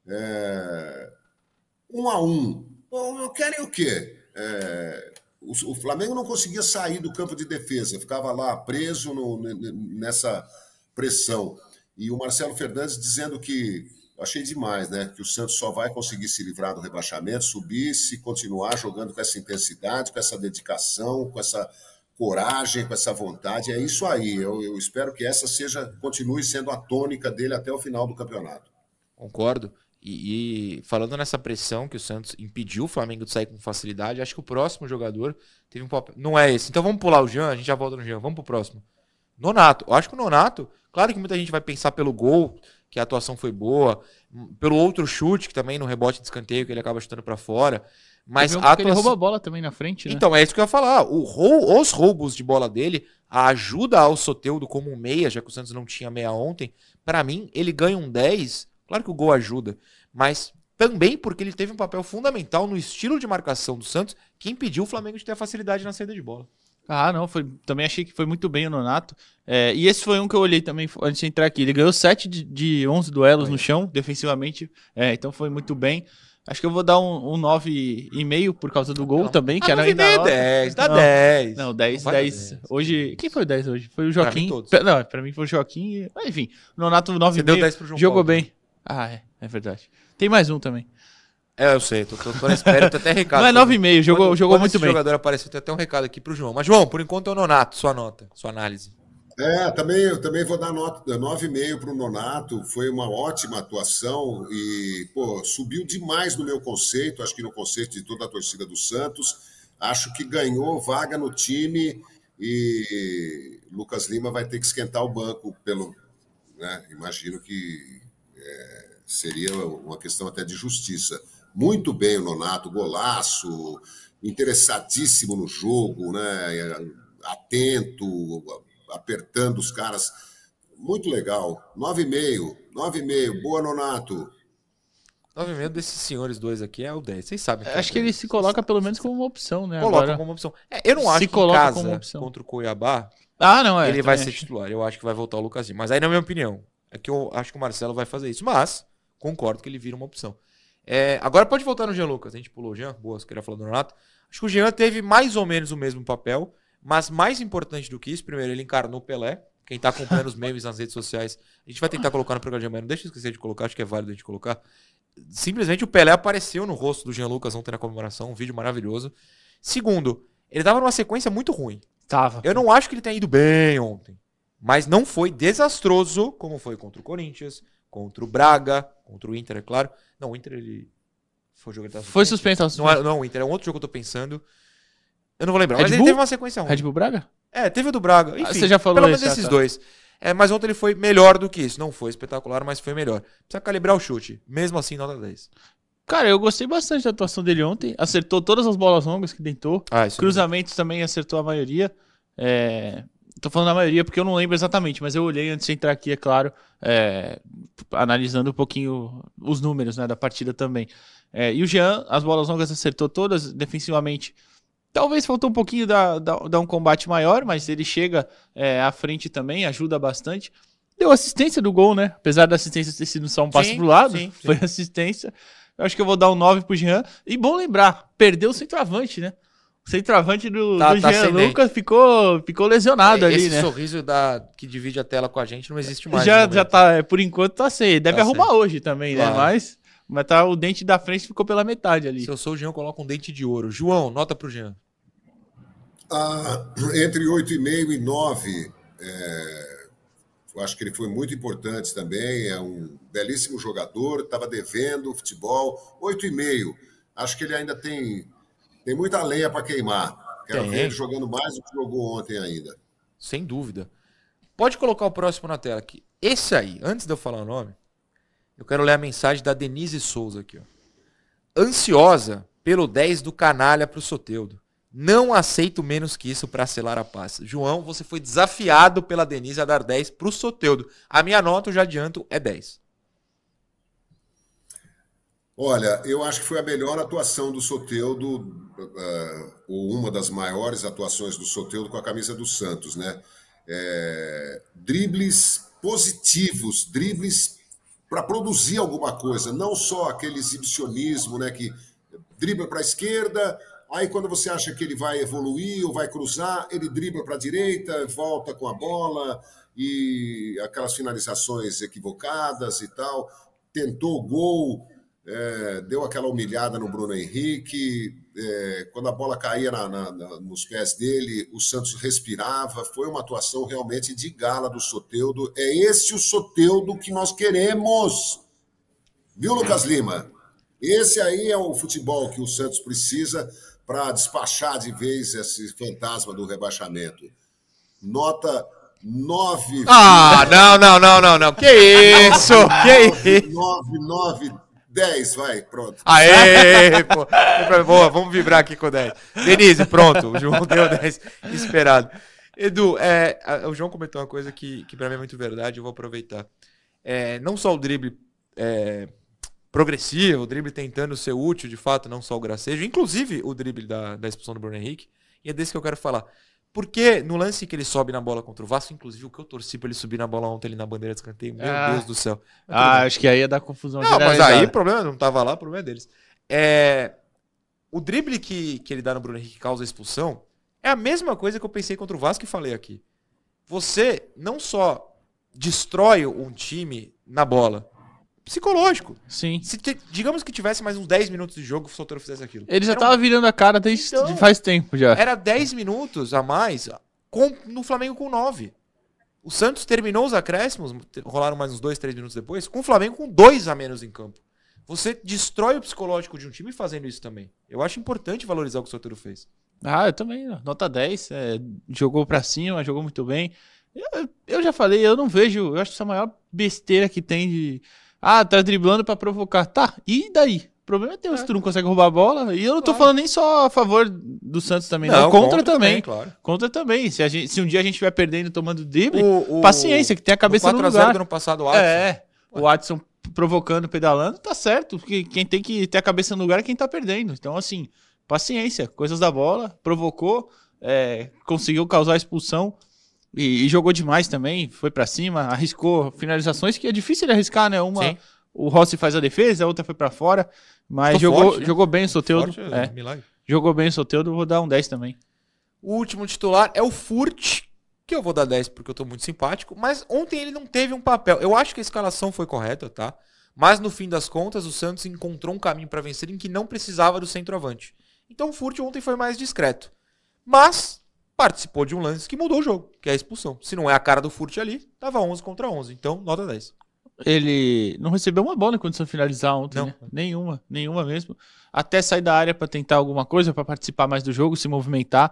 É... Um a um. Bom, querem o quê? É... O o Flamengo não conseguia sair do campo de defesa, ficava lá preso no- n- nessa pressão. E o Marcelo Fernandes dizendo que, achei demais, né? Que o Santos só vai conseguir se livrar do rebaixamento, subir, se continuar jogando com essa intensidade, com essa dedicação, com essa coragem, com essa vontade. É isso aí. Eu, eu espero que essa seja, continue sendo a tônica dele até o final do campeonato. Concordo. E, e falando nessa pressão que o Santos impediu o Flamengo de sair com facilidade, acho que o próximo jogador teve um papel. Não é esse. Então vamos pular o Jean, a gente já volta no Jean. Vamos pro próximo. Nonato. Eu acho que o Nonato, claro que muita gente vai pensar pelo gol, que a atuação foi boa, pelo outro chute, que também no rebote de escanteio, que ele acaba chutando pra fora. Mas Teve um a que ele atuação... rouba a bola também na frente, né? Então, é isso que eu ia falar. O rou- Os roubos de bola dele, a ajuda ao Soteldo como um meia, já que o Santos não tinha meia ontem, pra mim, ele ganha um dez. Claro que o gol ajuda, mas também porque ele teve um papel fundamental no estilo de marcação do Santos, que impediu o Flamengo de ter a facilidade na saída de bola. Ah, não, foi, também achei que foi muito bem o Nonato. É, e esse foi um que eu olhei também antes de entrar aqui. Ele ganhou sete de, de onze duelos Foi. no chão, defensivamente. É, então foi muito bem. Acho que eu vou dar um, um nove e meio por causa do gol Não. também, que Ah, era nove e ainda meio, nota. dez, dá Não, dez. Não, dez, Não vai dar dez. dez. Hoje, quem foi o dez hoje? Foi o Pra mim, Joaquim. todos. Pe- Não, pra mim foi o Joaquim. e- mas, Enfim, o Nonato nove Você e deu meio. dez pro João Jogou Paulo bem. Ah, é, é verdade. Tem mais um também. É, eu sei, tô, tô, tô na espera, tem até recado. Não é nove e meio, jogou, Quando- jogou quando muito esse bem. jogador apareceu, tem até um recado aqui pro João. Mas, João, por enquanto é o Nonato, sua nota, sua análise. É, também, eu também vou dar nota nove e meio para o Nonato. Foi uma ótima atuação e pô, subiu demais no meu conceito, acho que no conceito de toda a torcida do Santos. Acho que ganhou vaga no time e Lucas Lima vai ter que esquentar o banco pelo, né, imagino que é, seria uma questão até de justiça. Muito bem o Nonato, golaço, interessadíssimo no jogo, né, atento, apertando os caras. Muito legal. nove e meio. nove e meio. Boa, Nonato. nove e meio desses senhores dois aqui é o dez. Vocês sabem. Acho que ele se coloca pelo menos como uma opção, né? Coloca Agora... como opção. É, eu não Se acho que em coloca casa, como opção. contra o Cuiabá, Ah, não, é. ele vai também ser acho. titular. Eu acho que vai voltar o Lucas Lima. Mas aí, na minha opinião, é que eu acho que o Marcelo vai fazer isso. Mas, concordo que ele vira uma opção. É, agora pode voltar no Jean Lucas. A gente pulou o Jean. Boa, você queria falar do Nonato. Acho que o Jean teve mais ou menos o mesmo papel. Mas mais importante do que isso, primeiro, ele encarnou o Pelé. Quem tá acompanhando os memes nas redes sociais, a gente vai tentar colocar no programa de amanhã. Não deixa eu esquecer de colocar, acho que é válido a gente colocar. Simplesmente o Pelé apareceu no rosto do Jean Lucas ontem na comemoração. Um vídeo maravilhoso. Segundo, ele tava numa sequência muito ruim. Tava. Eu não acho que ele tenha ido bem ontem. Mas não foi desastroso como foi contra o Corinthians, contra o Braga, contra o Inter, é claro. Não, o Inter, ele... Foi o jogo que ele tava Foi suspenso. suspenso. Não, é- não, o Inter é um outro jogo que eu tô pensando. Eu não vou lembrar. Red mas ele Bull? teve uma sequência ruim. Red Bull Braga? É, teve o do Braga. Enfim, Ah, você já falou pelo menos esse, ah, esses tá. dois. É, mas ontem ele foi melhor do que isso. Não foi espetacular, mas foi melhor. Precisa calibrar o chute. Mesmo assim, nota dez. Cara, eu gostei bastante da atuação dele ontem. Acertou todas as bolas longas que tentou. Ah, isso Cruzamentos também acertou a maioria. É... Tô falando a maioria porque eu não lembro exatamente, mas eu olhei antes de entrar aqui, é claro, é... analisando um pouquinho os números, né, da partida também. É... E o Jean, as bolas longas acertou todas, defensivamente Talvez faltou um pouquinho dar da, da um combate maior, mas ele chega é, à frente também, ajuda bastante. Deu assistência do gol, né? Apesar da assistência ter sido só um passe sim, pro lado, sim, foi sim. assistência. Eu acho que eu vou dar um nove pro Jean. E bom lembrar, perdeu o centroavante, né? O centroavante do, Tá- do tá Jean sem Lucas ficou, ficou lesionado ali, Esse né? sorriso da, que divide a tela com a gente não existe mais. Já, no já momento. tá, é, por enquanto tá sem. Deve Tá arrumar sem. hoje também, Claro. né? Mas, mas tá, o dente da frente ficou pela metade ali. Se eu sou o Jean, eu coloco um dente de ouro. João, nota pro Jean. Ah, entre oito e meio e nove, é, eu acho que ele foi muito importante também, é um belíssimo jogador, estava devendo futebol, oito e meio. Acho que ele ainda tem, tem muita lenha para queimar. Quero Tem. ver ele jogando mais do que jogou ontem ainda. Sem dúvida. Pode colocar o próximo na tela aqui. Esse aí, antes de eu falar o nome, eu quero ler a mensagem da Denise Souza aqui, ó. Ansiosa pelo dez do Canalha pro Soteldo. Não aceito menos que isso para selar a paz. João, você foi desafiado pela Denise a dar dez pro Soteldo. A minha nota, eu já adianto, é dez. Olha, eu acho que foi a melhor atuação do Soteldo, uh, ou uma das maiores atuações do Soteldo com a camisa do Santos, né? É, dribles positivos, dribles para produzir alguma coisa, não só aquele exibicionismo, né? Que dribla para a esquerda, aí quando você acha que ele vai evoluir ou vai cruzar, ele dribla para a direita, volta com a bola e aquelas finalizações equivocadas e tal. Tentou o gol, é, deu aquela humilhada no Bruno Henrique. É, quando a bola caía na, na, na, nos pés dele, o Santos respirava. Foi uma atuação realmente de gala do Soteldo. É esse o Soteldo que nós queremos. Viu, Lucas Lima? Esse aí é o futebol que o Santos precisa para despachar de vez esse fantasma do rebaixamento. Nota nove. Ah, não, não, não, não, não. Que isso? Que isso? nove, nove, dez, vai, pronto. Aê, pô. Boa, vamos vibrar aqui com dez. Denise, pronto. O João deu dez esperado. Edu, é, a, o João comentou uma coisa que, que para mim é muito verdade, eu vou aproveitar. É, não só o drible é, progressivo, o drible tentando ser útil, de fato, não só o gracejo, inclusive o drible da, da expulsão do Bruno Henrique, e é desse que eu quero falar. Porque no lance que ele sobe na bola contra o Vasco, inclusive o que eu torci pra ele subir na bola ontem ali na bandeira de escanteio, meu Ah. Deus do céu. Mas Ah, tudo bem. acho que aí ia dar confusão Não, mas generalizada. aí o problema não tava lá, o problema é deles. É, o drible que, que ele dá no Bruno Henrique causa a expulsão é a mesma coisa que eu pensei contra o Vasco e falei aqui. Você não só destrói um time na bola, psicológico. Sim. Se te- digamos que tivesse mais uns dez minutos de jogo, o Soteldo fizesse aquilo. Ele já Era um- tava virando a cara desde Então, faz tempo já. Era dez minutos a mais com, no Flamengo com nove. O Santos terminou os acréscimos, te- rolaram mais uns dois, três minutos depois, com o Flamengo com dois a menos em campo. Você destrói o psicológico de um time fazendo isso também. Eu acho importante valorizar o que o Soteldo fez. Ah, eu também. Nota dez. É, jogou pra cima, jogou muito bem. Eu, eu já falei, eu não vejo. Eu acho que essa é a maior besteira que tem de. Ah, tá driblando pra provocar. Tá, e daí? O problema é teu, se tu não consegue roubar a bola. E eu não tô Claro. falando nem só a favor do Santos também, não. Contra, também. claro. Contra também. Se, a gente, se um dia a gente estiver perdendo tomando drible, O, o, paciência, que tem a cabeça no quatro a zero lugar. do ano passado, o Adson. É, o Adson provocando, pedalando, tá certo. Porque quem tem que ter a cabeça no lugar é quem tá perdendo. Então, assim, paciência. Coisas da bola, provocou, é, conseguiu causar a expulsão e, e jogou demais também. Foi pra cima, arriscou finalizações que é difícil ele arriscar, né? Uma, Sim. o Rossi faz a defesa, a outra foi pra fora. Mas Ficou jogou, forte, né? jogou bem o Soteldo. Forte, É, milagre. jogou bem o Soteldo, vou dar um dez também. O último titular é o Furt, que eu vou dar dez porque eu tô muito simpático, mas ontem ele não teve um papel. Eu acho que a escalação foi correta, tá? Mas no fim das contas, o Santos encontrou um caminho pra vencer em que não precisava do centroavante. Então o Furt ontem foi mais discreto. Mas participou de um lance que mudou o jogo, que é a expulsão. Se não é a cara do Furt ali, tava onze contra onze. Então, nota dez. Ele não recebeu uma bola em condição de finalizar ontem, Não. né? Nenhuma, nenhuma mesmo. Até sair da área pra tentar alguma coisa, pra participar mais do jogo, se movimentar.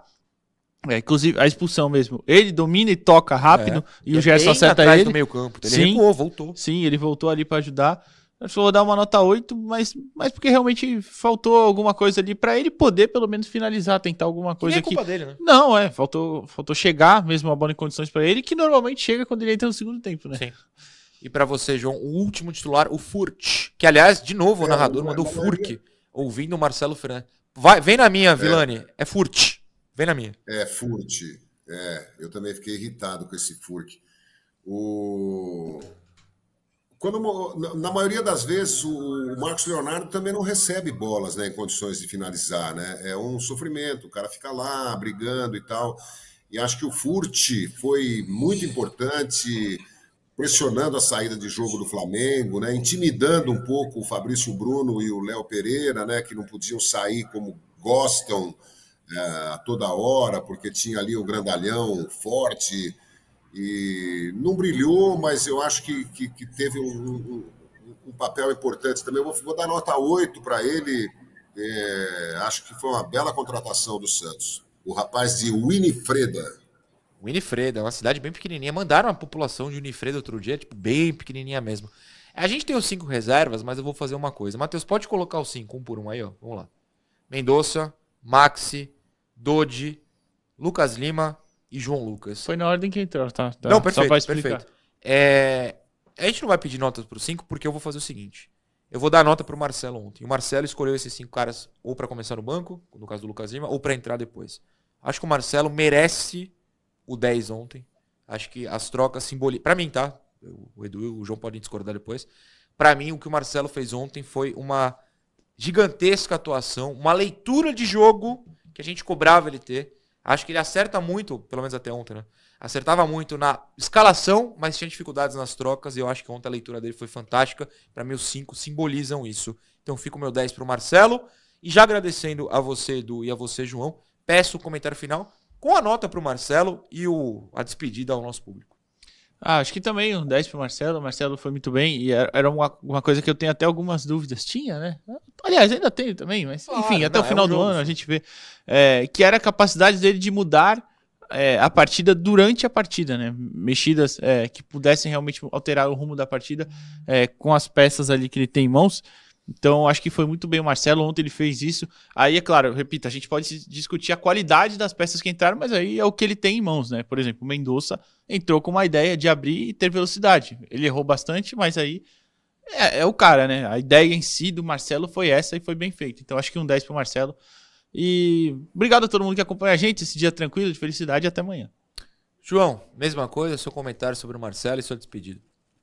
É, inclusive, a expulsão mesmo. Ele domina e toca rápido, É. e o Gerson acerta atrás ele. do meio campo. Ele Sim. recuou, voltou. Sim, ele voltou ali pra ajudar. Eu só vou dar uma nota oito, mas, mas porque realmente faltou alguma coisa ali pra ele poder pelo menos finalizar, tentar alguma Que coisa nem é que... culpa dele, né? Não, é, faltou, faltou chegar mesmo a bola em condições pra ele, que normalmente chega quando ele entra no segundo tempo, né? Sim. E pra você, João, o último titular, o Furt. Que, aliás, de novo, o É, narrador não é- mandou não é- Furk, ouvindo o Marcelo Fernandes. Vai, vem na minha, Vilani. É Furt. Vem na minha. É, Furt. É, eu também fiquei irritado com esse Furk. O... Quando, na maioria das vezes, o Marcos Leonardo também não recebe bolas, né, em condições de finalizar, né? É um sofrimento, o cara fica lá brigando e tal. E acho que o Furt foi muito importante, pressionando a saída de jogo do Flamengo, né, intimidando um pouco o Fabrício Bruno e o Léo Pereira, né, que não podiam sair como gostam é, a toda hora, porque tinha ali o grandalhão forte. E não brilhou, mas eu acho que, que, que teve um, um, um papel importante também. Eu vou, vou dar nota oito para ele. É, acho que foi uma bela contratação do Santos. O rapaz de Winifreda. Winifreda, é uma cidade bem pequenininha. Mandaram a população de Winifreda outro dia, tipo, bem pequenininha mesmo. A gente tem os cinco reservas, mas eu vou fazer uma coisa. Matheus, pode colocar os cinco, um por um aí, ó. Vamos lá. Mendonça, Maxi, Dodi, Lucas Lima... e João Lucas. Foi na ordem que entrou, tá? tá. Não, perfeito, Só pra explicar. perfeito. É... A gente não vai pedir notas pro cinco, porque eu vou fazer o seguinte. Eu vou dar nota pro Marcelo ontem. O Marcelo escolheu esses cinco caras ou pra começar no banco, no caso do Lucas Lima, ou pra entrar depois. Acho que o Marcelo merece o dez ontem. Acho que as trocas simbolizam... Pra mim, tá? O Edu e o João podem discordar depois. Pra mim, o que o Marcelo fez ontem foi uma gigantesca atuação, uma leitura de jogo que a gente cobrava ele ter. Acho que ele acerta muito, pelo menos até ontem, né? Acertava muito na escalação, mas tinha dificuldades nas trocas. E eu acho que ontem a leitura dele foi fantástica. Para mim, os cinco simbolizam isso. Então, fica o meu dez para o Marcelo. E já agradecendo a você, Edu, e a você, João, peço o comentário final com a nota para o Marcelo e o, a despedida ao nosso público. Ah, acho que também um dez para o Marcelo. O Marcelo foi muito bem. E era uma, uma coisa que eu tenho até algumas dúvidas. Tinha, né? Aliás, ainda tenho também. Mas, claro, enfim, até não, o final é um do jogo, ano sim. A gente vê é, que era a capacidade dele de mudar é, a partida durante a partida, né? Mexidas é, que pudessem realmente alterar o rumo da partida é, com as peças ali que ele tem em mãos. Então, acho que foi muito bem o Marcelo. Ontem ele fez isso. Aí, é claro, eu repito, a gente pode discutir a qualidade das peças que entraram, mas aí é o que ele tem em mãos, né? Por exemplo, o Mendonça entrou com uma ideia de abrir e ter velocidade. Ele errou bastante, mas aí é, é o cara, né? A ideia em si do Marcelo foi essa e foi bem feita. Então, acho que um dez pro Marcelo. E obrigado a todo mundo que acompanha a gente. Esse dia tranquilo, de felicidade, e até amanhã. João, mesma coisa, seu comentário sobre o Marcelo e sua despedida.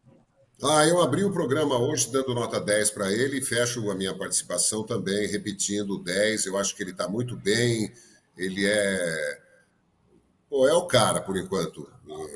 Ah, eu abri o programa hoje dando nota dez para ele e fecho a minha participação também repetindo dez. Eu acho que ele está muito bem, ele é... Pô, é o cara, por enquanto.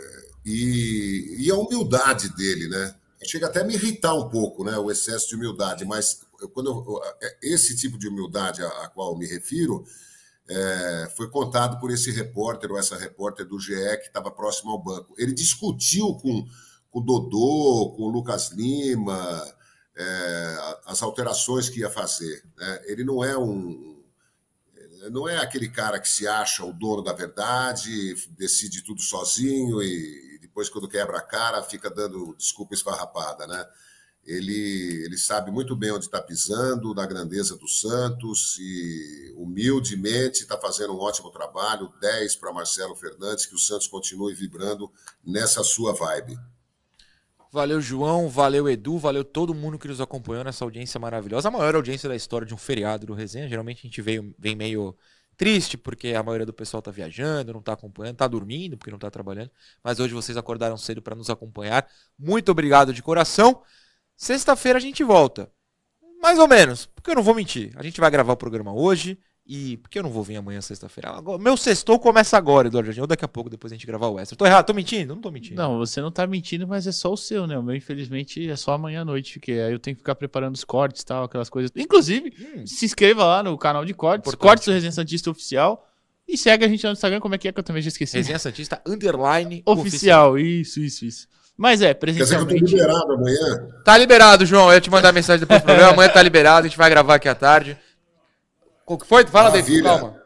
E, e a humildade dele, né? Chega até a me irritar um pouco, né? O excesso de humildade, mas quando eu, esse tipo de humildade a, a qual eu me refiro é, foi contado por esse repórter ou essa repórter do G E que estava próximo ao banco. Ele discutiu com... com o Dodô, com o Lucas Lima, é, as alterações que ia fazer. Né? Ele não é um... não é aquele cara que se acha o dono da verdade, decide tudo sozinho e depois, quando quebra a cara, fica dando desculpa esfarrapada. Né? Ele, ele sabe muito bem onde está pisando, da grandeza do Santos e, humildemente, está fazendo um ótimo trabalho. dez para Marcelo Fernandes, que o Santos continue vibrando nessa sua vibe. Valeu, João, valeu, Edu, valeu todo mundo que nos acompanhou nessa audiência maravilhosa. A maior audiência da história de um feriado do Resenha. Geralmente a gente veio, vem meio triste, porque a maioria do pessoal tá viajando, não tá acompanhando, tá dormindo, porque não tá trabalhando. Mas hoje vocês acordaram cedo para nos acompanhar. Muito obrigado de coração. Sexta-feira a gente volta. Mais ou menos, porque eu não vou mentir. A gente vai gravar o programa hoje. E porque eu não vou vir amanhã, sexta-feira. Meu sextou começa agora, Eduardo Jardim. Ou daqui a pouco, depois a gente gravar o extra. Tô errado? Tô mentindo? Não tô mentindo. Não, você não tá mentindo, mas é só o seu, né? O meu, infelizmente, é só amanhã à noite. Porque aí eu tenho que ficar preparando os cortes e tal, aquelas coisas. Inclusive, hum. se inscreva lá no canal de cortes. Importante. Cortes do Resenha Santista Oficial. E segue a gente no Instagram. Como é que é que eu também já esqueci? Resenha Santista Underline Oficial. oficial. Isso, isso, isso. Mas é, presencialmente... Quer dizer que eu tô liberado amanhã? Tá liberado, João. Eu ia te mandar mensagem depois do programa. Amanhã tá liberado. A gente vai gravar aqui à tarde. O que foi? Fala, David, calma.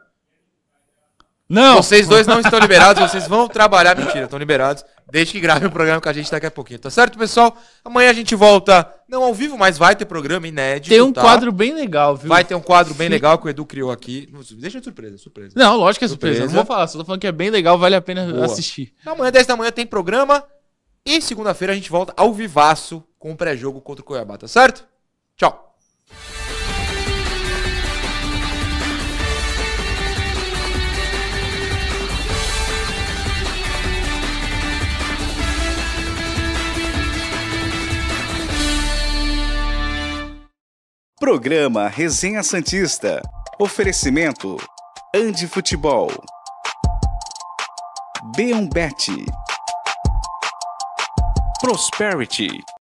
Não. Vocês dois não estão liberados, vocês vão trabalhar. Mentira, estão liberados. Deixe que grave o programa com a gente daqui a pouquinho, tá certo, pessoal? Amanhã a gente volta, não ao vivo, mas vai ter programa inédito. Tem um tá? quadro bem legal, viu? Vai ter um quadro bem legal que o Edu criou aqui. Deixa de surpresa, surpresa. Não, lógico que é surpresa. surpresa. Não vou falar, só tô falando que é bem legal, vale a pena Boa. assistir. Amanhã, dez da manhã, tem programa. E segunda-feira a gente volta ao vivaço com o pré-jogo contra o Cuiabá, tá certo? Tchau. Programa Resenha Santista. Oferecimento Andi Futebol. B um Bet. Prosperity.